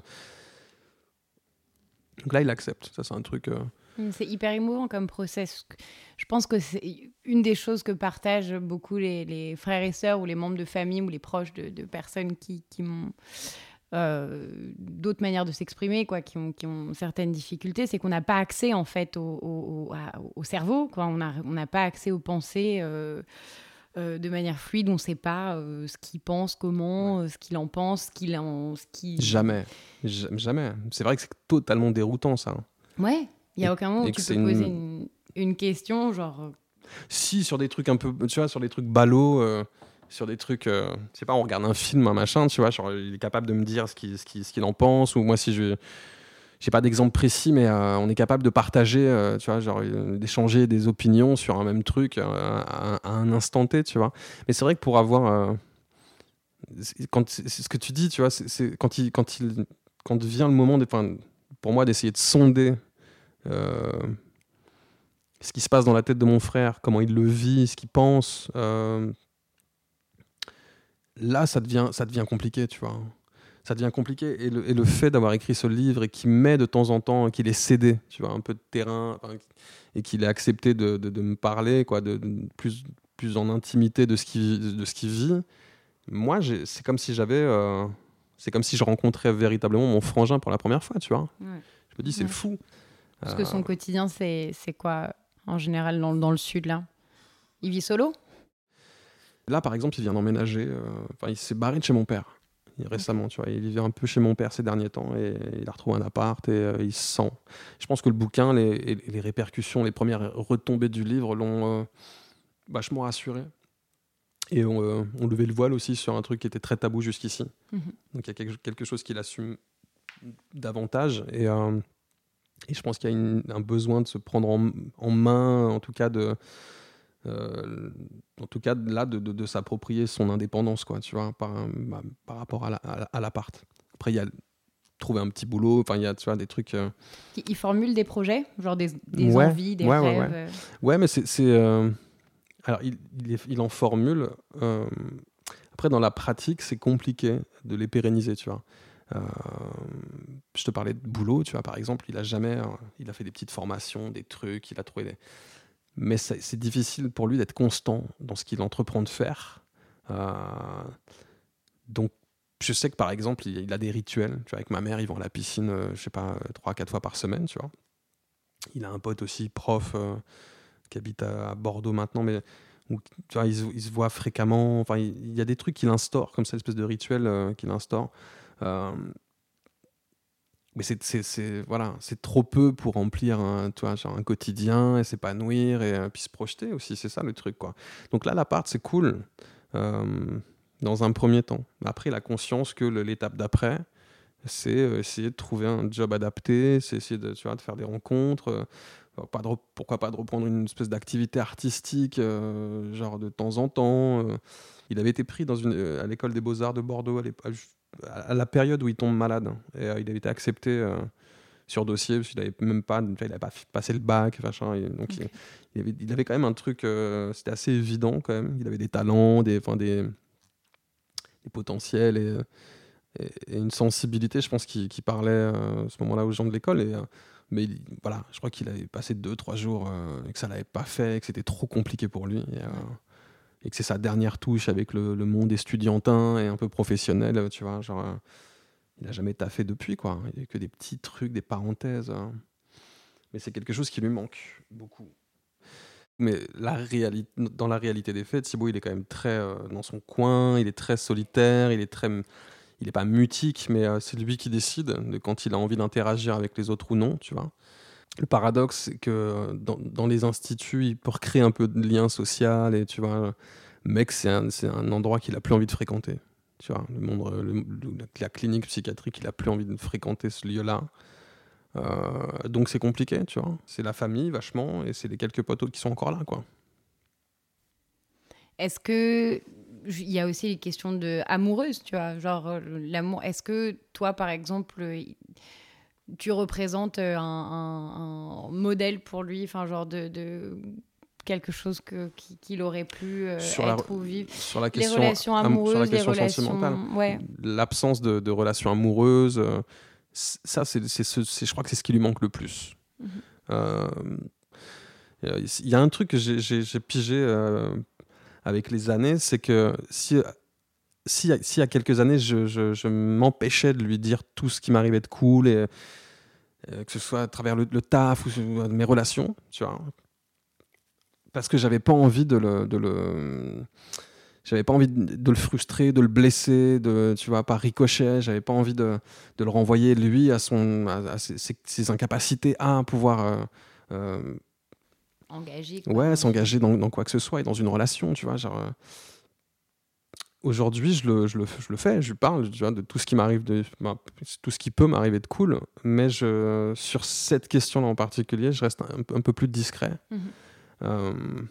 Donc là, il accepte. Ça, c'est un truc... Euh... C'est hyper émouvant comme process. Je pense que c'est une des choses que partagent beaucoup les, les frères et sœurs ou les membres de famille ou les proches de, de personnes qui, qui ont euh, d'autres manières de s'exprimer, quoi, qui ont, qui ont certaines difficultés. C'est qu'on n'a pas accès, en fait, au, au, au, au cerveau, quoi. On n'a on n'a pas accès aux pensées... Euh, Euh, de manière fluide, on ne sait pas euh, ce qu'il pense, comment, ouais. euh, ce qu'il en pense, ce qu'il en... Ce qu'il... Jamais, J- jamais. C'est vrai que c'est totalement déroutant, ça. Ouais, il n'y a et, aucun moment où tu peux une... poser une, une question, genre... Si, sur des trucs un peu, tu vois, sur des trucs ballots, euh, sur des trucs, euh, je sais pas, on regarde un film, un machin, tu vois, genre, il est capable de me dire ce qu'il, ce qu'il, ce qu'il en pense, ou moi, si je... J'ai pas d'exemple précis, mais euh, on est capable de partager, euh, tu vois, genre euh, d'échanger des opinions sur un même truc euh, à, à un instant T, tu vois. Mais c'est vrai que pour avoir, euh, quand c'est ce que tu dis, tu vois, c'est, c'est quand il, quand il, quand vient le moment, de, pour moi, d'essayer de sonder euh, ce qui se passe dans la tête de mon frère, comment il le vit, ce qu'il pense. Euh, là, ça devient, ça devient compliqué, tu vois. Ça devient compliqué. Et le, et le fait d'avoir écrit ce livre et qu'il met de temps en temps, qu'il ait cédé, tu vois, un peu de terrain, et qu'il ait accepté de, de, de me parler, quoi, de, de plus, plus en intimité de ce qu'il, de ce qu'il vit, moi, j'ai, c'est comme si j'avais... Euh, c'est comme si je rencontrais véritablement mon frangin pour la première fois, tu vois. Ouais. Je me dis, c'est ouais. fou. Parce euh... que son quotidien, c'est, c'est quoi, en général, dans, dans le sud, là ? Il vit solo ? Là, par exemple, il vient d'emménager. Euh, enfin, il s'est barré de chez mon père. Récemment, okay. Tu vois, il vivait un peu chez mon père ces derniers temps et il a retrouvé un appart et euh, il se sent. Je pense que le bouquin, les, les répercussions, les premières retombées du livre l'ont euh, vachement rassuré. Et on, euh, on levait le voile aussi sur un truc qui était très tabou jusqu'ici. Mm-hmm. Donc il y a quelque, quelque chose qu'il assume davantage et, euh, et je pense qu'il y a une, un besoin de se prendre en, en main, en tout cas de. Euh, en tout cas là de, de, de s'approprier son indépendance, quoi, tu vois, par, bah, par rapport à, la, à l'appart. Après il y a trouver un petit boulot, enfin il y a, tu vois, des trucs euh... il formule des projets, genre des, des ouais, envies, des ouais, rêves. Ouais, ouais. ouais mais c'est, c'est euh... alors il, il, est, il en formule euh... après dans la pratique c'est compliqué de les pérenniser, tu vois. Euh... je te parlais de boulot, tu vois, par exemple, il a jamais euh... il a fait des petites formations, des trucs, il a trouvé des... mais c'est, c'est difficile pour lui d'être constant dans ce qu'il entreprend de faire. Euh, donc, je sais que par exemple, il, il a des rituels. Tu vois, avec ma mère, ils vont à la piscine, euh, je sais pas, trois, quatre fois par semaine, tu vois. Il a un pote aussi, prof, euh, qui habite à, à Bordeaux maintenant, mais où, tu vois, ils, ils se voient fréquemment. Enfin, il, il y a des trucs qu'il instaure, comme ça, l'espèce de rituel euh, qu'il instaure. Euh, Mais c'est, c'est, c'est, voilà, c'est trop peu pour remplir un, tu vois, genre un quotidien et s'épanouir et euh, puis se projeter aussi, c'est ça le truc, quoi. Donc là, l'appart, c'est cool euh, dans un premier temps. Après, la conscience que le, l'étape d'après, c'est euh, essayer de trouver un job adapté, c'est essayer de, tu vois, de faire des rencontres, euh, pas de, pourquoi pas de reprendre une espèce d'activité artistique, euh, genre de temps en temps. Euh. Il avait été pris dans une, euh, à l'école des Beaux-Arts de Bordeaux à l'époque, à la période où il tombe malade, et euh, il avait été accepté euh, sur dossier parce qu'il n'avait même pas, il avait pas passé le bac, machin, et donc okay. il, il, avait, il avait quand même un truc, euh, c'était assez évident quand même. Il avait des talents, des, enfin des, des potentiels et, et, et une sensibilité, je pense, qui, qui parlait euh, à ce moment-là aux gens de l'école. Et, euh, mais il, voilà, je crois qu'il avait passé deux, trois jours euh, et que ça l'avait pas fait, et que c'était trop compliqué pour lui. Et, euh, et que c'est sa dernière touche avec le, le monde estudiantin et un peu professionnel, tu vois, genre, euh, il a jamais taffé depuis, quoi. Il n'y a que des petits trucs, des parenthèses. Hein. Mais c'est quelque chose qui lui manque beaucoup. Mais la réalité, dans la réalité des faits, Thibaut, il est quand même très euh, dans son coin, il est très solitaire, il est très... Il n'est pas mutique, mais euh, c'est lui qui décide de quand il a envie d'interagir avec les autres ou non, tu vois. Le paradoxe, c'est que dans, dans les instituts, il peut recréer un peu de lien social, et tu vois, le mec, c'est un, c'est un endroit qu'il a plus envie de fréquenter. Tu vois, le monde, le, le, la clinique psychiatrique, il a plus envie de fréquenter ce lieu-là. Euh, donc c'est compliqué, tu vois. C'est la famille vachement et c'est les quelques potos qui sont encore là, quoi. Est-ce que il y a aussi les questions de amoureuses, tu vois, genre l'amour. Est-ce que toi, par exemple, tu représentes un, un, un modèle pour lui, enfin genre de, de quelque chose que qu'il aurait pu euh, sur être la, ou vivre. Sur la question, les relations amoureuses, sur la question les relations sentimentale, ouais. L'absence de, de relations amoureuses, euh, ça, c'est, c'est, c'est, c'est, je crois que c'est ce qui lui manque le plus. Il mm-hmm. euh, y a un truc que j'ai, j'ai, j'ai pigé euh, avec les années, c'est que si si, si il y a quelques années, je, je, je m'empêchais de lui dire tout ce qui m'arrivait de cool, et, euh, que ce soit à travers le, le taf ou euh, mes relations, tu vois, parce que j'avais pas envie de le, de le j'avais pas envie de, de le frustrer, de le blesser, de, tu vois, par ricochet. J'avais pas envie de, de le renvoyer lui à son, à, à ses, ses incapacités à pouvoir euh, euh, engager, quoi, ouais, s'engager dans, dans quoi que ce soit et dans une relation, tu vois, genre. Euh, Aujourd'hui, je le, je, le, je le fais, je lui parle, tu vois, de tout ce qui m'arrive, de, bah, tout ce qui peut m'arriver de cool, mais je, sur cette question-là en particulier, je reste un, un peu plus discret. Mm-hmm. Euh,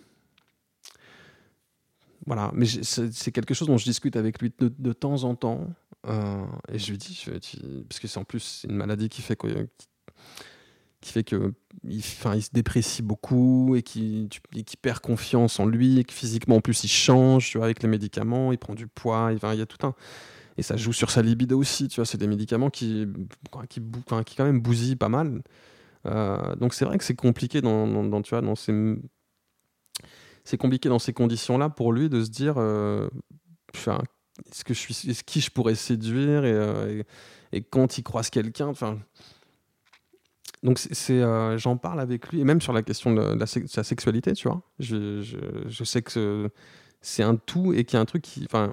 voilà, mais c'est, c'est quelque chose dont je discute avec lui de, de temps en temps, euh, et je lui dis, je, tu, parce que c'est en plus c'est une maladie qui fait que, qui, qui fait que, il, enfin, il se déprécie beaucoup et qui, qui perd confiance en lui, et que physiquement en plus il change, tu vois, avec les médicaments, il prend du poids, il, enfin, il y a tout un, et ça joue sur sa libido aussi, tu vois, c'est des médicaments qui, qui, enfin, qui quand même bousillent pas mal, euh, donc c'est vrai que c'est compliqué dans, dans, dans tu vois, dans ces c'est compliqué dans ces conditions-là pour lui de se dire euh, enfin, est-ce que je suis, est-ce qui je pourrais séduire et, euh, et, et quand il croise quelqu'un, enfin. Donc c'est, c'est euh, j'en parle avec lui et même sur la question de, la, de, la, de sa sexualité, tu vois. Je, je, je sais que c'est un tout et qu'il y a un truc qui, enfin,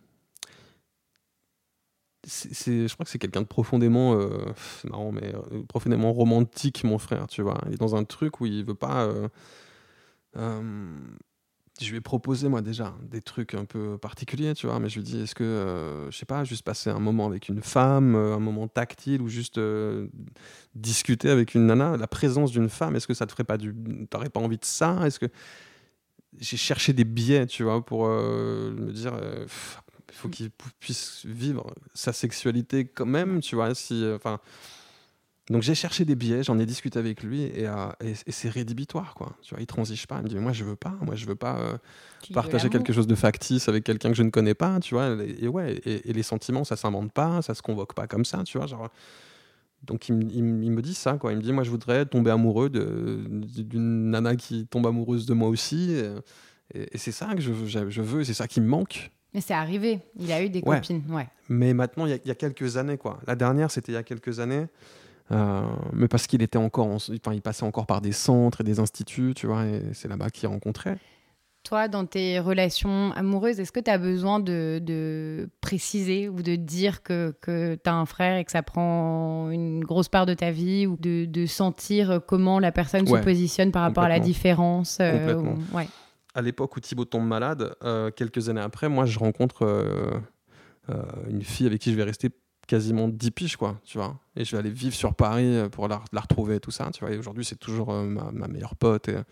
c'est, c'est, je crois que c'est quelqu'un de profondément, euh, c'est marrant, mais euh, profondément romantique, mon frère, tu vois. Il est dans un truc où il veut pas. Euh, euh, je lui ai proposé, moi, déjà, des trucs un peu particuliers, tu vois, mais je lui dis, est-ce que, euh, je sais pas, juste passer un moment avec une femme, euh, un moment tactile, ou juste euh, discuter avec une nana, la présence d'une femme, est-ce que ça te ferait pas du... T'aurais pas envie de ça? Est-ce que... J'ai cherché des biais, tu vois, pour euh, me dire, il euh, faut qu'il puisse vivre sa sexualité quand même, tu vois, si... Enfin... Euh, Donc j'ai cherché des billets, j'en ai discuté avec lui et, euh, et, et c'est rédhibitoire, quoi. Tu vois, il transige pas, il me dit mais moi je veux pas, moi je veux pas euh, partager quelque chose de factice avec quelqu'un que je ne connais pas, tu vois. Et, et ouais, et, et les sentiments ça s'invente pas, ça se convoque pas comme ça, tu vois. Genre, donc il, il, il me dit ça, quoi. Il me dit moi je voudrais tomber amoureux de, d'une nana qui tombe amoureuse de moi aussi, et, et, et c'est ça que je, je, je veux, c'est ça qui me manque. Mais c'est arrivé, il a eu des ouais. copines, ouais. Mais maintenant il y, y a quelques années, quoi. La dernière c'était il y a quelques années. Euh, mais parce qu'il était encore, en, enfin, il passait encore par des centres et des instituts, tu vois, et c'est là-bas qu'il rencontrait. Toi, dans tes relations amoureuses, est-ce que tu as besoin de, de préciser ou de dire que, que tu as un frère et que ça prend une grosse part de ta vie, ou de, de sentir comment la personne ouais, se positionne par rapport à la différence euh, Complètement. Ou... Ouais. À l'époque où Thibaut tombe malade, euh, quelques années après, moi, je rencontre euh, euh, une fille avec qui je vais rester quasiment dix piges, quoi, tu vois. Et je vais aller vivre sur Paris pour la, la retrouver et tout ça, tu vois. Et aujourd'hui, c'est toujours euh, ma, ma meilleure pote. Et,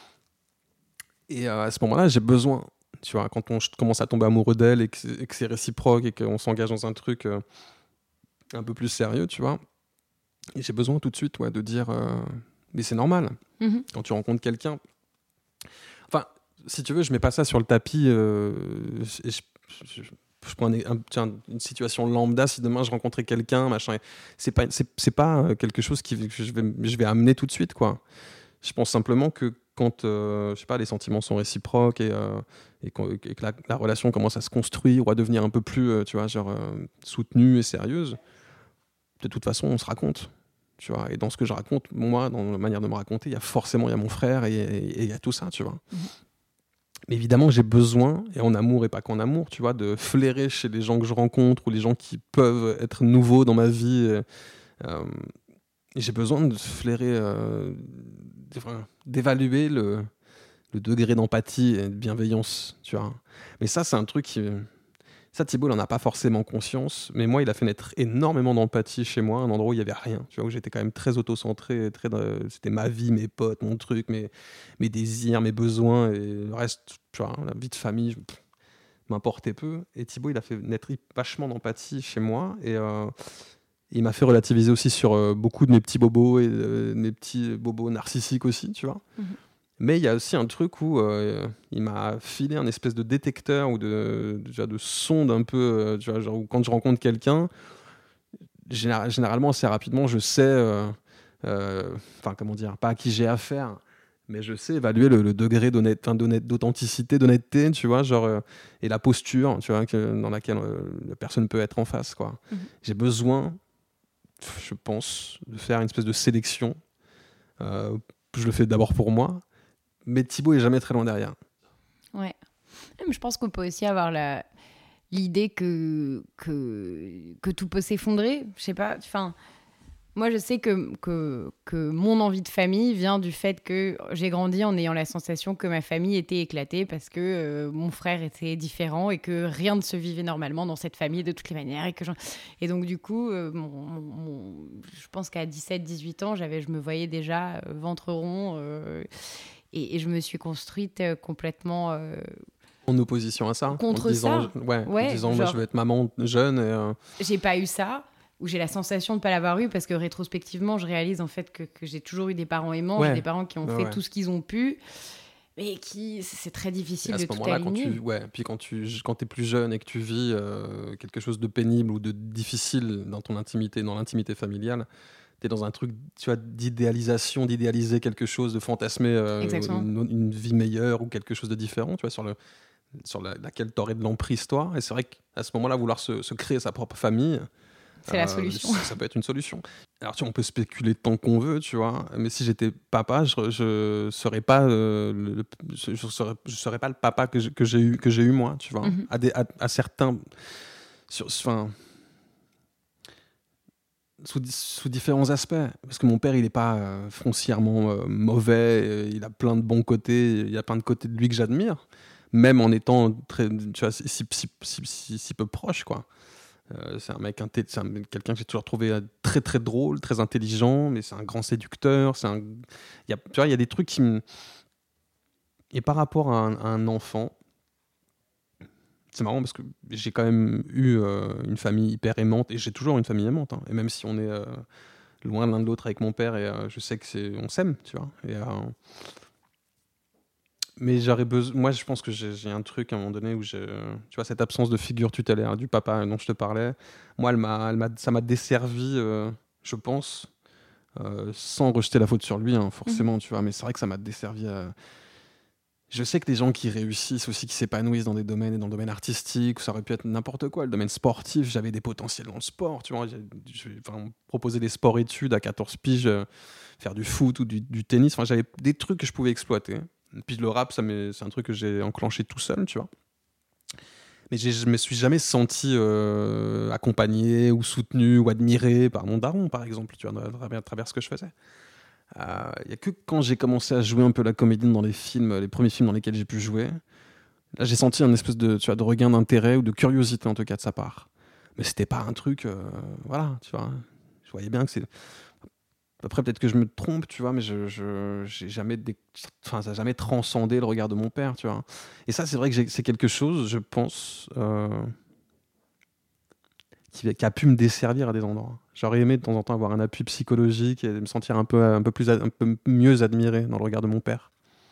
et euh, à ce moment-là, j'ai besoin, tu vois, quand on commence à tomber amoureux d'elle et que, et que c'est réciproque et qu'on s'engage dans un truc euh, un peu plus sérieux, tu vois. Et j'ai besoin tout de suite, ouais, de dire, euh, mais c'est normal. Mm-hmm. Quand tu rencontres quelqu'un, enfin, si tu veux, je mets pas ça sur le tapis. Euh, et je, je, je, je prends un, un, tiens, une situation lambda, si demain je rencontrais quelqu'un, machin, c'est pas, c'est, c'est pas quelque chose qui, que je vais, je vais amener tout de suite, quoi. Je pense simplement que quand euh, je sais pas, les sentiments sont réciproques et, euh, et, et que la, la relation commence à se construire ou à devenir un peu plus, euh, tu vois, genre, euh, soutenue et sérieuse, de toute façon, on se raconte. Tu vois, et dans ce que je raconte, moi, dans la manière de me raconter, il y a forcément il y a mon frère et il y a tout ça, tu vois. Mmh. Mais évidemment, j'ai besoin, et en amour et pas qu'en amour, tu vois, de flairer chez les gens que je rencontre ou les gens qui peuvent être nouveaux dans ma vie. Et, euh, et j'ai besoin de flairer, euh, d'évaluer le, le degré d'empathie et de bienveillance, tu vois. Mais ça, c'est un truc qui, Ça, Thibaut, il n'en a pas forcément conscience, mais moi, il a fait naître énormément d'empathie chez moi, un endroit où il n'y avait rien, tu vois, où j'étais quand même très auto-centré, très, euh, c'était ma vie, mes potes, mon truc, mes, mes désirs, mes besoins, et le reste, tu vois, la vie de famille, pff, m'importait peu. Et Thibaut, il a fait naître vachement d'empathie chez moi, et euh, il m'a fait relativiser aussi sur euh, beaucoup de mes petits bobos, et euh, mes petits bobos narcissiques aussi, tu vois. Mm-hmm. Mais il y a aussi un truc où euh, il m'a filé un espèce de détecteur ou de, de, de sonde un peu, euh, tu vois, genre où quand je rencontre quelqu'un, général, généralement assez rapidement, je sais, enfin euh, euh, comment dire, pas à qui j'ai affaire, mais je sais évaluer le, le degré d'honnête, d'honnête, d'authenticité, d'honnêteté, tu vois, genre, euh, et la posture, tu vois, que, dans laquelle euh, la personne peut être en face, quoi. Mm-hmm. J'ai besoin, je pense, de faire une espèce de sélection. Euh, je le fais d'abord pour moi. Mais Thibaut est jamais très loin derrière. Ouais. Je pense qu'on peut aussi avoir la, l'idée que, que, que tout peut s'effondrer. Je sais pas. Enfin, moi, je sais que, que, que mon envie de famille vient du fait que j'ai grandi en ayant la sensation que ma famille était éclatée parce que euh, mon frère était différent et que rien ne se vivait normalement dans cette famille de toutes les manières. Et, que j'en... et donc, du coup, euh, mon, mon, mon... je pense qu'à dix-sept dix-huit ans, j'avais, je me voyais déjà euh, ventre rond. Euh, Et, et je me suis construite euh, complètement... Euh, en opposition à ça. Contre en disant, ça. Ouais, ouais, en disant, genre, moi, je veux être maman jeune. Et, euh... J'ai pas eu ça, ou j'ai la sensation de ne pas l'avoir eu, parce que rétrospectivement, je réalise en fait que, que j'ai toujours eu des parents aimants. Ouais. J'ai des parents qui ont ouais, fait ouais. tout ce qu'ils ont pu, mais qui... c'est très difficile de tout aligner. Quand tu, ouais, puis quand tu quand t'es plus jeune et que tu vis euh, quelque chose de pénible ou de difficile dans ton intimité, dans l'intimité familiale, t'es dans un truc, tu vois, d'idéalisation, d'idéaliser quelque chose, de fantasmer euh, une, une vie meilleure ou quelque chose de différent, tu vois, sur, le, sur la, laquelle t'aurais de l'emprise, toi. Et c'est vrai qu'à ce moment-là, vouloir se, se créer sa propre famille, c'est euh, la solution. Ça peut être une solution. Alors, tu vois, on peut spéculer tant qu'on veut, tu vois, mais si j'étais papa, je, je serais pas, euh, le, je, je serais, je serais pas le papa que j'ai, que j'ai eu, que j'ai eu moi, tu vois, mm-hmm. à, des, à, à certains, sur, enfin. Sous, sous différents aspects, parce que mon père il n'est pas euh, foncièrement euh, mauvais, euh, il a plein de bons côtés, il y a plein de côtés de lui que j'admire, même en étant très, tu vois, si, si, si, si, si, si peu proche, quoi. Euh, c'est un mec, inté- c'est un, quelqu'un que j'ai toujours trouvé très très drôle, très intelligent, mais c'est un grand séducteur, c'est un, il y a, tu vois, il y a des trucs qui me... Et par rapport à un, à un enfant, c'est marrant parce que j'ai quand même eu euh, une famille hyper aimante et j'ai toujours une famille aimante. Hein. Et même si on est euh, loin l'un de l'autre avec mon père, et euh, je sais que c'est, on s'aime, tu vois. Et, euh, mais j'aurais besoin. Moi, je pense que j'ai, j'ai un truc à un moment donné où j'ai, tu vois, cette absence de figure tutélaire du papa dont je te parlais. Moi, elle m'a, elle m'a, ça m'a desservi, euh, je pense, euh, sans rejeter la faute sur lui, hein, forcément, mmh. tu vois. Mais c'est vrai que ça m'a desservi. À... Je sais que des gens qui réussissent aussi, qui s'épanouissent dans des domaines, et dans le domaine artistique, ça aurait pu être n'importe quoi, le domaine sportif, j'avais des potentiels dans le sport, tu vois, je, enfin, on proposait des sports-études à quatorze piges, euh, faire du foot ou du, du tennis, enfin, j'avais des trucs que je pouvais exploiter. Et puis le rap, ça m'est, c'est un truc que j'ai enclenché tout seul, tu vois. Mais j'ai, je me suis jamais senti euh, accompagné ou soutenu ou admiré par mon daron, par exemple, tu vois, à travers, à travers ce que je faisais. Il euh, n'y a que quand j'ai commencé à jouer un peu la comédie dans les films, les premiers films dans lesquels j'ai pu jouer, là j'ai senti un espèce de, tu vois, de regain d'intérêt ou de curiosité en tout cas de sa part. Mais c'était pas un truc, euh, voilà, tu vois. Je voyais bien que c'est. Après peut-être que je me trompe, tu vois, mais je, je j'ai jamais, dé... enfin ça n'a jamais transcendé le regard de mon père, tu vois. Et ça c'est vrai que j'ai... c'est quelque chose, je pense. Euh... Qui, qui a pu me desservir à des endroits. J'aurais aimé de temps en temps avoir un appui psychologique et me sentir un peu, un peu, plus, un peu mieux admiré dans le regard de mon père.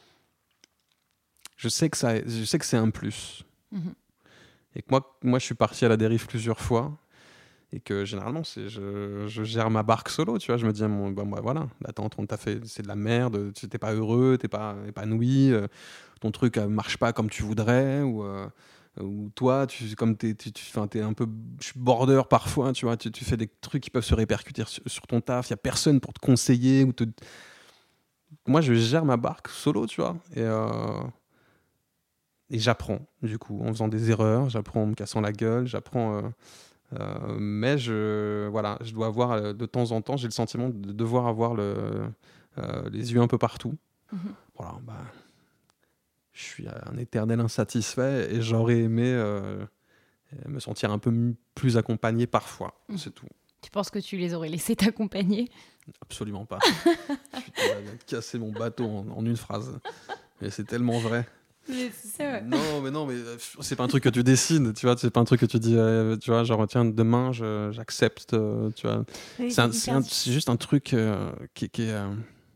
Je sais que, ça, je sais que c'est un plus. Mmh. Et que moi, moi, je suis parti à la dérive plusieurs fois. Et que généralement, c'est, je, je gère ma barque solo. Tu vois, je me dis, bon, bah, bah, voilà, la tante, on t'a fait, c'est de la merde, tu n'es pas heureux, tu n'es pas épanoui, euh, ton truc ne euh, marche pas comme tu voudrais. Ou. Euh, Ou toi, tu, comme tu es un peu border parfois, tu vois, tu, tu fais des trucs qui peuvent se répercuter sur, sur ton taf, il n'y a personne pour te conseiller. Ou te... Moi, je gère ma barque solo, tu vois, et, euh... et j'apprends, du coup, en faisant des erreurs, j'apprends en me cassant la gueule, j'apprends... Euh... Euh... Mais je, voilà, je dois avoir, de temps en temps, j'ai le sentiment de devoir avoir le, euh, les yeux un peu partout. Mm-hmm. Voilà, bah... Je suis un éternel insatisfait et j'aurais aimé euh, et me sentir un peu m- plus accompagné parfois, mmh. c'est tout. Tu penses que tu les aurais laissés t'accompagner ? Absolument pas. Putain, elle vient de casser mon bateau en, en une phrase. Et c'est tellement vrai. Mais c'est ça, ouais. Non, mais non, mais c'est pas un truc que tu décides, tu vois. C'est pas un truc que tu dis, euh, tu vois, genre tiens demain, je, j'accepte, euh, tu vois. Oui, c'est, un, c'est, c'est, un, c'est juste un truc euh, qui, qui est euh,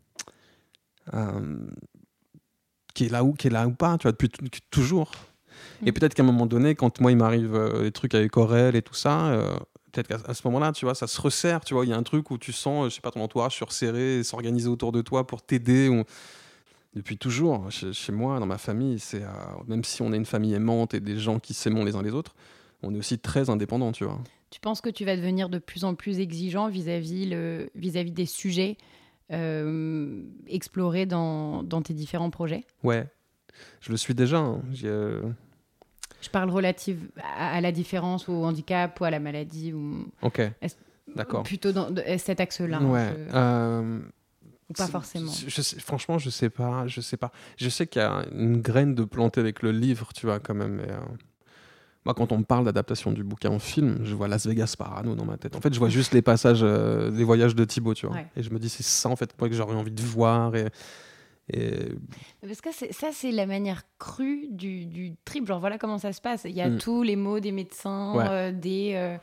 euh, qui est là ou qui est là ou pas, tu vois, depuis t- toujours. Mm. Et peut-être qu'à un moment donné, quand moi il m'arrive euh, des trucs avec Aurel et tout ça. Euh, Peut-être qu'à à ce moment-là, tu vois, ça se resserre, tu vois. Il y a un truc où tu sens, je sais pas, ton entourage se resserrer et s'organiser autour de toi pour t'aider. Ou... Depuis toujours, chez, chez moi, dans ma famille, c'est, euh, même si on est une famille aimante et des gens qui s'aiment les uns les autres, on est aussi très indépendants, tu vois. Tu penses que tu vas devenir de plus en plus exigeant vis-à-vis, le, vis-à-vis des sujets euh, explorés dans, dans tes différents projets ? Ouais, je le suis déjà. Hein. J'ai, euh... Je parle relative à, à la différence, au handicap ou à la maladie. Ou... Ok, d'accord. Plutôt dans de, cet axe-là. Ouais. Hein, je... Euh... Ou pas forcément. Je sais, franchement, je sais pas, je sais pas. Je sais qu'il y a une graine de planter avec le livre, tu vois, quand même. Mais, euh... moi, quand on me parle d'adaptation du bouquin en film, je vois Las Vegas Parano dans ma tête. En fait, je vois juste les passages, euh, des voyages de Thibaut, tu vois. Ouais. Et je me dis, c'est ça, en fait, moi, que j'aurais envie de voir. Et, et... Parce que c'est, ça, c'est la manière crue du, du trip. Genre, voilà comment ça se passe. Il y a mm. tous les mots des médecins, ouais. euh, des... Euh...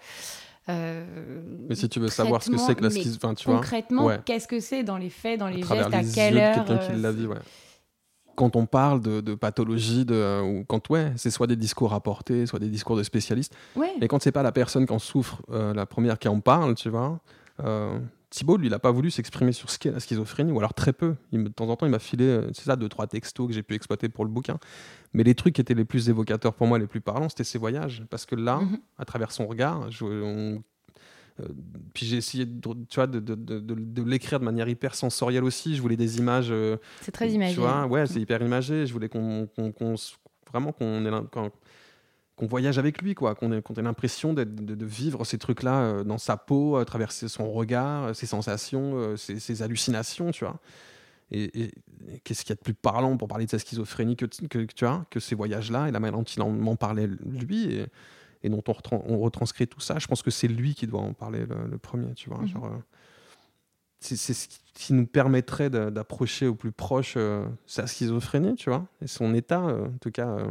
Euh, mais si tu veux savoir ce que c'est que la schizophrénie, enfin, tu concrètement, vois, ouais. qu'est-ce que c'est dans les faits, dans les à gestes, à les quelle yeux heure de quelqu'un qui euh, l'a vu, ouais. Quand on parle de, de pathologie, de, euh, ou quand ouais, c'est soit des discours rapportés, soit des discours de spécialistes. Ouais. Mais quand c'est pas la personne qui en souffre, euh, la première qui en parle, tu vois. Euh, Thibaut, lui, il a pas voulu s'exprimer sur ce qu'est la schizophrénie, ou alors très peu. Il, de temps en temps, il m'a filé, euh, c'est ça, deux trois textos que j'ai pu exploiter pour le bouquin. Mais les trucs qui étaient les plus évocateurs pour moi, les plus parlants, c'était ses voyages, parce que là, mm-hmm. à travers son regard, je, on, Euh, puis j'ai essayé de, tu vois, de, de, de, de, de l'écrire de manière hyper sensorielle aussi. Je voulais des images. Euh, c'est très imagé. Tu vois, ouais, c'est hyper imagé. Je voulais qu'on, qu'on, qu'on vraiment qu'on ait qu'on, qu'on voyage avec lui, quoi. Qu'on ait, qu'on ait l'impression de, de vivre ces trucs-là euh, dans sa peau, à travers son regard, ses sensations, euh, ses, ses hallucinations, tu vois. Et, et, et qu'est-ce qu'il y a de plus parlant pour parler de sa schizophrénie que, que, que tu vois, que ces voyages-là et la manière dont il en, m'en parlait lui. Et, et dont on, retran- on retranscrit tout ça, je pense que c'est lui qui doit en parler le, le premier, tu vois. Mm-hmm. Genre, euh, c'est, c'est ce qui nous permettrait de, d'approcher au plus proche euh, sa schizophrénie, tu vois, et son état, euh, en tout cas, euh,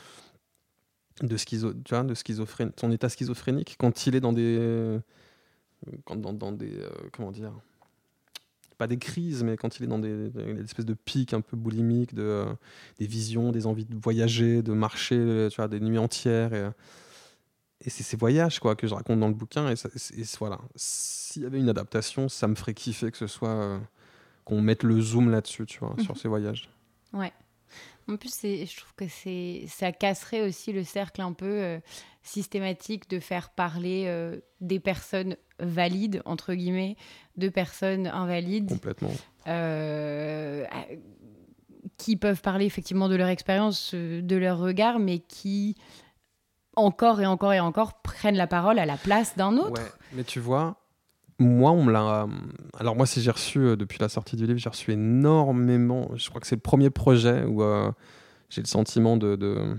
de, schizo- tu vois, de schizophrène- son état schizophrénique quand il est dans des... Euh, quand, dans, dans des... Euh, comment dire, pas des crises, mais quand il est dans des, des, des espèces de pics un peu boulimiques, de, euh, des visions, des envies de voyager, de marcher, tu vois, des nuits entières, et... Et c'est ces voyages, quoi, que je raconte dans le bouquin. Et, ça, et, et voilà. S'il y avait une adaptation, ça me ferait kiffer que ce soit euh, qu'on mette le zoom là-dessus, tu vois, mmh. sur ces voyages. Ouais. En plus, c'est, je trouve que c'est, ça casserait aussi le cercle un peu euh, systématique de faire parler euh, des personnes valides, entre guillemets, de personnes invalides. Complètement. Euh, qui peuvent parler effectivement de leur expérience, de leur regard, mais qui... encore et encore et encore prennent la parole à la place d'un autre. Ouais, mais tu vois, moi, on me l'a... Alors moi, si j'ai reçu, euh, depuis la sortie du livre, j'ai reçu énormément... Je crois que c'est le premier projet où euh, j'ai le sentiment de, de,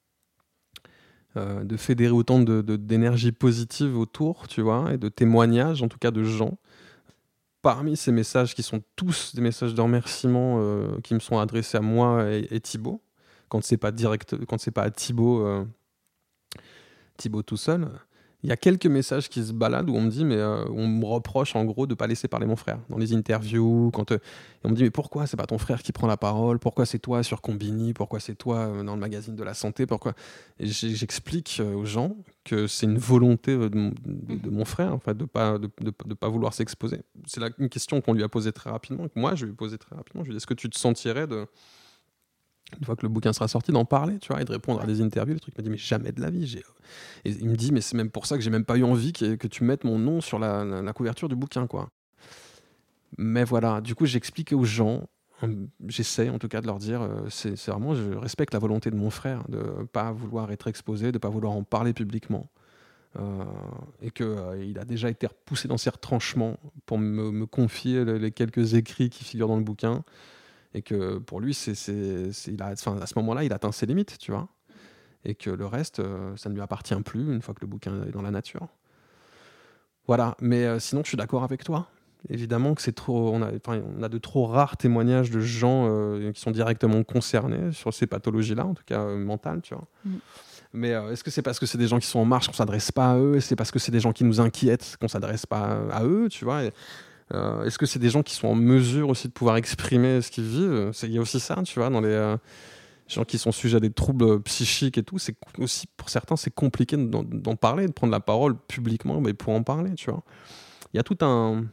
euh, de fédérer autant de, de, d'énergie positive autour, tu vois, et de témoignages, en tout cas de gens. Parmi ces messages qui sont tous des messages de remerciement euh, qui me sont adressés à moi et, et Thibaut, quand c'est pas direct, quand c'est pas à Thibaut... Euh, Thibaut tout seul, il y a quelques messages qui se baladent où on me dit, mais euh, on me reproche en gros de pas laisser parler mon frère dans les interviews. Quand euh, et on me dit, mais pourquoi c'est pas ton frère qui prend la parole ? Pourquoi c'est toi sur Combini ? Pourquoi c'est toi euh, dans le magazine de la santé ? Pourquoi ? Et j'explique euh, aux gens que c'est une volonté de, de, de mon frère, en fait, de pas de, de, de pas vouloir s'exposer. C'est là une question qu'on lui a posée très rapidement. Que moi, je lui ai posée très rapidement. Je lui ai dit, est-ce que tu te sentirais de une fois que le bouquin sera sorti, d'en parler, tu vois, et de répondre à des interviews, le truc. Il m'a dit, mais jamais de la vie. J'ai... Et il me dit, mais c'est même pour ça que j'ai même pas eu envie que, que tu mettes mon nom sur la, la, la couverture du bouquin, quoi. Mais voilà, du coup, j'explique aux gens, j'essaie en tout cas de leur dire, euh, c'est, c'est vraiment, je respecte la volonté de mon frère, de pas vouloir être exposé, de pas vouloir en parler publiquement. Euh, et qu'il euh, a déjà été repoussé dans ses retranchements pour me, me confier les, les quelques écrits qui figurent dans le bouquin. Et que pour lui, c'est, c'est, c'est, il a, enfin, à ce moment-là, il atteint ses limites, tu vois. et que le reste, euh, ça ne lui appartient plus une fois que le bouquin est dans la nature. Voilà, mais euh, sinon, je suis d'accord avec toi. Évidemment que c'est trop, on a, enfin, on a de trop rares témoignages de gens euh, qui sont directement concernés sur ces pathologies-là, en tout cas euh, mentales, tu vois. Mm. Mais euh, est-ce que c'est parce que c'est des gens qui sont en marche qu'on s'adresse pas à eux? C'est parce que c'est des gens qui nous inquiètent qu'on s'adresse pas à eux, tu vois? Et, euh, est-ce que c'est des gens qui sont en mesure aussi de pouvoir exprimer ce qu'ils vivent? Il y a aussi ça, tu vois, dans les euh, gens qui sont sujets à des troubles psychiques et tout. C'est aussi, pour certains, c'est compliqué d'en, d'en parler, de prendre la parole publiquement, mais pour en parler, tu vois. Il y a tout un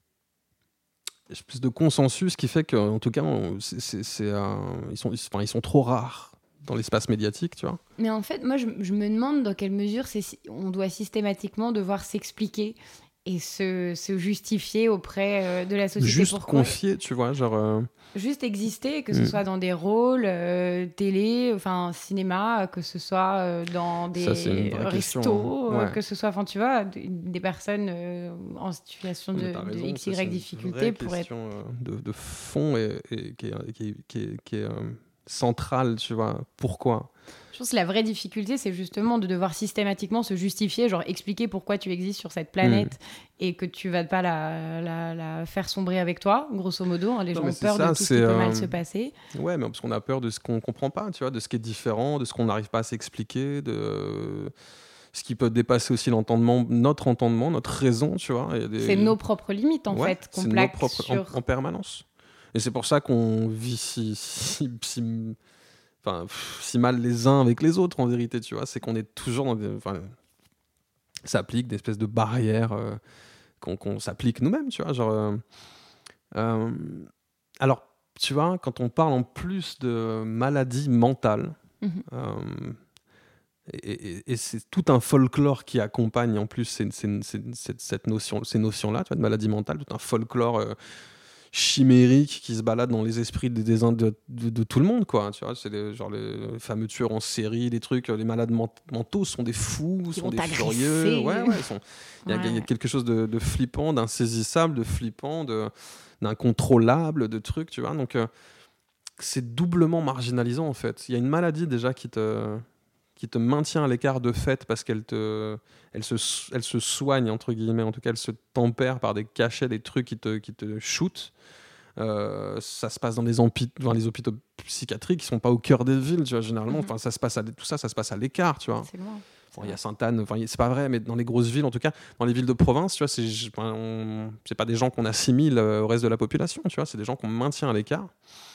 une espèce de consensus qui fait qu'en tout cas, on, c'est, c'est, c'est, euh, ils, sont, ils, enfin, ils sont trop rares dans l'espace médiatique, tu vois. Mais en fait, moi, je, je me demande dans quelle mesure c'est, on doit systématiquement devoir s'expliquer et se, se justifier auprès euh, de la société. Juste Pourquoi confier, tu vois, genre... Euh... Juste exister, que ce mmh. soit dans des rôles, euh, télé, enfin cinéma, que ce soit euh, dans des restos, hein. ouais. que ce soit, enfin tu vois, des personnes euh, en situation de, de X Y difficulté pour être... C'est une question de, de fond et, et qui est, qui est, qui est, qui est euh, centrale, tu vois. Pourquoi ? Je pense que la vraie difficulté, c'est justement de devoir systématiquement se justifier, genre expliquer pourquoi tu existes sur cette planète mmh. et que tu vas pas la, la, la faire sombrer avec toi, grosso modo. Hein, les non, gens ont peur ça, de tout ce qui peut euh... mal se passer. Ouais, mais parce qu'on a peur de ce qu'on comprend pas, tu vois, de ce qui est différent, de ce qu'on n'arrive pas à s'expliquer, de ce qui peut dépasser aussi l'entendement, notre entendement, notre raison, tu vois. Il y a des... C'est nos propres limites, en ouais, fait, qu'on plaque propres... sur... en, en permanence. Et c'est pour ça qu'on vit si... si, si... Enfin, pff, si mal les uns avec les autres, en vérité, tu vois, c'est qu'on est toujours dans des... Enfin, ça applique des espèces de barrières euh, qu'on, qu'on s'applique nous-mêmes, tu vois, genre... Euh, euh, alors, tu vois, quand on parle en plus de maladies mentales, mmh. euh, et, et, et c'est tout un folklore qui accompagne, en plus, c'est, c'est, c'est, c'est, cette notion, ces notions-là, tu vois, de maladie mentale, tout un folklore... Euh, chimérique qui se balade dans les esprits des, des, de, de, de tout le monde, quoi. Tu vois, c'est les, genre les fameux tueurs en série, les trucs, les malades mentaux sont des fous, ils sont des furieux. Ouais, ouais, sont... Il y a, ouais. y a quelque chose de, de flippant, d'insaisissable, de flippant, de, d'incontrôlable, de trucs, tu vois. Donc, euh, c'est doublement marginalisant, en fait. Il y a une maladie déjà qui te... qui te maintient à l'écart de fait parce qu'elle te, elle se, elle se soigne entre guillemets, en tout cas elle se tempère par des cachets, des trucs qui te, qui te shootent. Euh, ça se passe dans les, ampi- dans les hôpitaux psychiatriques qui sont pas au cœur des villes, tu vois, généralement. Enfin, mm-hmm. ça se passe à, tout ça, ça se passe à l'écart, tu vois. C'est loin. Bon, il y a Sainte-Anne, enfin, c'est pas vrai, mais dans les grosses villes, en tout cas, dans les villes de province, tu vois, c'est, on, c'est pas des gens qu'on assimile au reste de la population, tu vois, c'est des gens qu'on maintient à l'écart.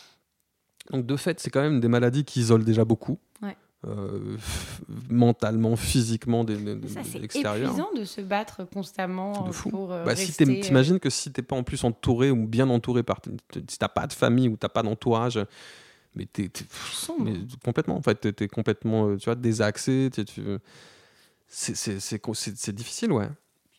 Donc de fait, c'est quand même des maladies qui isolent déjà beaucoup. Ouais. Euh, f- mentalement, physiquement, des, des, ça, c'est de l'extérieur. épuisant de se battre constamment de fou. pour euh, bah, rester... Si t'es, t'imagines que si t'es pas en plus entouré ou bien entouré par... Si t'as pas de famille ou t'as pas d'entourage, mais t'es... t'es mais complètement, en fait, t'es, t'es complètement, tu vois, désaxé. T'es, tu, c'est, c'est, c'est, c'est, c'est difficile, ouais.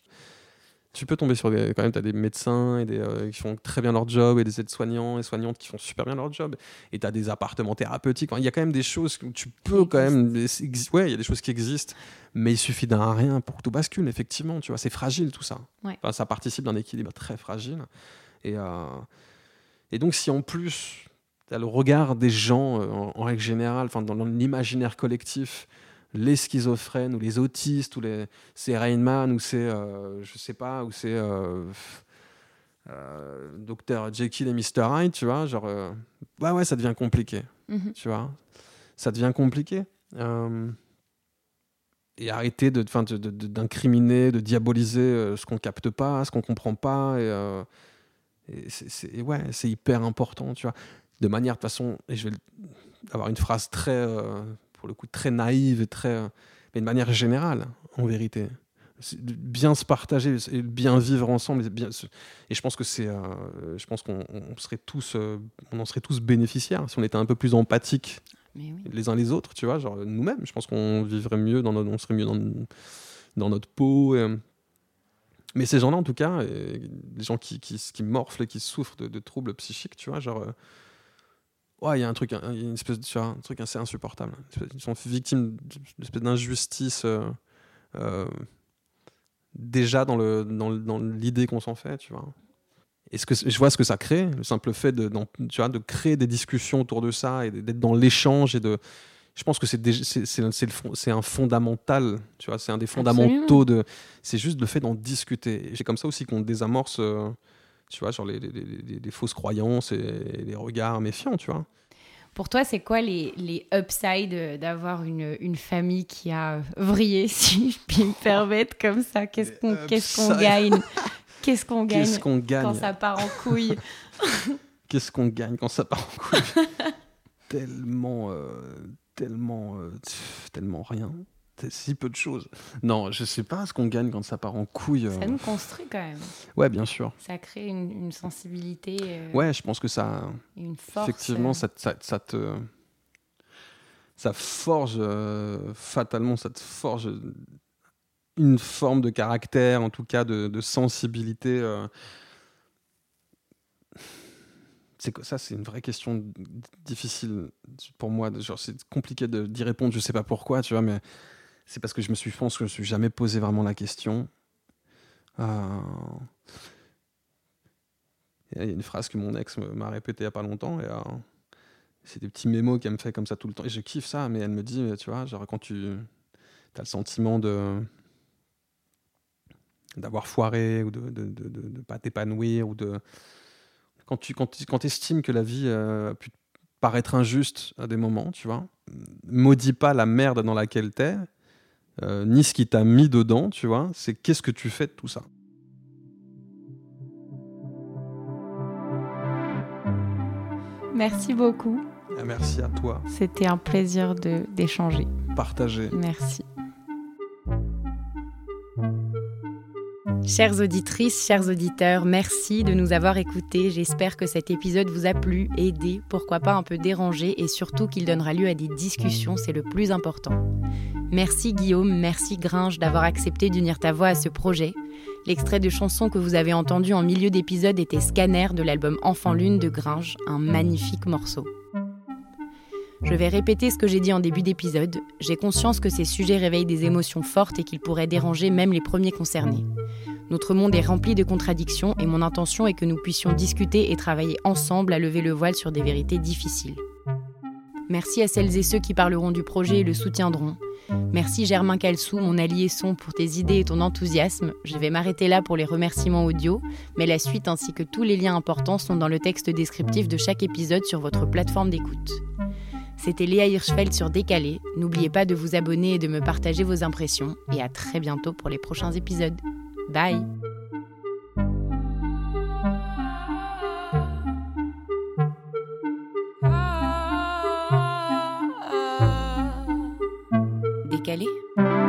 Tu peux tomber sur des, quand même, tu as des médecins et des, euh, qui font très bien leur job et des aides-soignants et soignantes qui font super bien leur job et tu as des appartements thérapeutiques. Il y a quand même des choses que tu peux quand même... Ouais, il y a des choses qui existent, mais il suffit d'un rien pour que tout bascule, effectivement. Tu vois, c'est fragile tout ça. Ouais. Enfin, ça participe d'un équilibre très fragile. Et, euh, et donc, si en plus, tu as le regard des gens, euh, en, en règle générale, dans, dans l'imaginaire collectif, les schizophrènes ou les autistes ou les c'est Rain Man ou c'est euh, je sais pas ou c'est euh, euh, docteur Jekyll et mister Hyde, tu vois, genre euh, ouais ouais ça devient compliqué, mm-hmm. tu vois, ça devient compliqué euh, et arrêter de, de, de, de d'incriminer, de diaboliser euh, ce qu'on capte pas, ce qu'on comprend pas et, euh, et c'est, c'est et ouais c'est hyper important, tu vois, de manière de façon, et je vais avoir une phrase très euh, pour le coup très naïve et très, mais de manière générale, en vérité. C'est bien se partager et bien vivre ensemble. Et, bien, et je pense que c'est, euh, je pense qu'on on serait tous, euh, on en serait tous bénéficiaires si on était un peu plus empathiques mais oui. les uns les autres, tu vois, genre nous-mêmes. Je pense qu'on vivrait mieux, dans notre, on serait mieux dans, dans notre peau. Et, mais ces gens-là, en tout cas, et les gens qui, qui, qui morflent et qui souffrent de, de troubles psychiques, tu vois, genre. Ouais, il y a un truc, il y a une espèce de, tu vois, un truc assez insupportable. Ils sont victimes d'une espèce d'injustice euh, euh, déjà dans, le, dans, dans l'idée qu'on s'en fait, tu vois. Et ce que, je vois ce que ça crée, le simple fait de, tu vois, de créer des discussions autour de ça et d'être dans l'échange et de, je pense que c'est, déjà, c'est, c'est, c'est, le fond, c'est un fondamental, tu vois, c'est un des fondamentaux. De, c'est juste le fait d'en discuter. Et c'est comme ça aussi qu'on désamorce, euh, tu vois, genre les, les, les, les fausses croyances et les regards méfiants, tu vois. Pour toi, c'est quoi les, les upsides d'avoir une, une famille qui a vrillé, si je puis me permettre, comme ça? Qu'est-ce qu'on, qu'est-ce qu'on gagne Qu'est-ce qu'on gagne, qu'est-ce qu'on gagne quand ça part en couille? Qu'est-ce qu'on gagne quand ça part en couille? Tellement, euh, tellement, euh, pff, tellement rien. C'est si peu de choses. Non, je sais pas ce qu'on gagne quand ça part en couille. Euh... Ça nous construit quand même. Ouais, bien sûr. Ça crée une, une sensibilité. Euh, ouais, je pense que ça. Une force. Effectivement, euh... ça, ça, ça te. Ça forge, euh, fatalement, ça te forge une forme de caractère, en tout cas de, de sensibilité. Euh... C'est que ça, c'est une vraie question difficile pour moi. Genre, c'est compliqué de, d'y répondre. Je sais pas pourquoi, tu vois, mais c'est parce que je me suis, je pense que je me suis jamais posé vraiment la question. Euh... Il y a une phrase que mon ex m'a répétée il y a pas longtemps, et euh, c'est des petits mémos qu'elle me fait comme ça tout le temps, et je kiffe ça. Mais elle me dit, tu vois, genre quand tu as le sentiment de d'avoir foiré ou de de, de, de, de pas t'épanouir, ou de quand tu quand tu quand estimes que la vie euh, a pu paraître injuste à des moments, tu vois, maudis pas la merde dans laquelle t'es, euh, ni ce qui t'a mis dedans, tu vois. C'est qu'est-ce que tu fais de tout ça. Merci beaucoup. Merci à toi. C'était un plaisir de, d'échanger. Partager. Merci. Chères auditrices, chers auditeurs, merci de nous avoir écoutés. J'espère que cet épisode vous a plu, aidé, pourquoi pas un peu dérangé, et surtout qu'il donnera lieu à des discussions, c'est le plus important. Merci Guillaume, merci Gringe d'avoir accepté d'unir ta voix à ce projet. L'extrait de chanson que vous avez entendu en milieu d'épisode était Scanner de l'album Enfant Lune de Gringe, un magnifique morceau. Je vais répéter ce que j'ai dit en début d'épisode. J'ai conscience que ces sujets réveillent des émotions fortes et qu'ils pourraient déranger même les premiers concernés. Notre monde est rempli de contradictions et mon intention est que nous puissions discuter et travailler ensemble à lever le voile sur des vérités difficiles. Merci à celles et ceux qui parleront du projet et le soutiendront. Merci Germain Calsou, mon allié son, pour tes idées et ton enthousiasme. Je vais m'arrêter là pour les remerciements audio, mais la suite ainsi que tous les liens importants sont dans le texte descriptif de chaque épisode sur votre plateforme d'écoute. C'était Léa Hirschfeld sur Décalé. N'oubliez pas de vous abonner et de me partager vos impressions. Et à très bientôt pour les prochains épisodes. Bye! Décalé?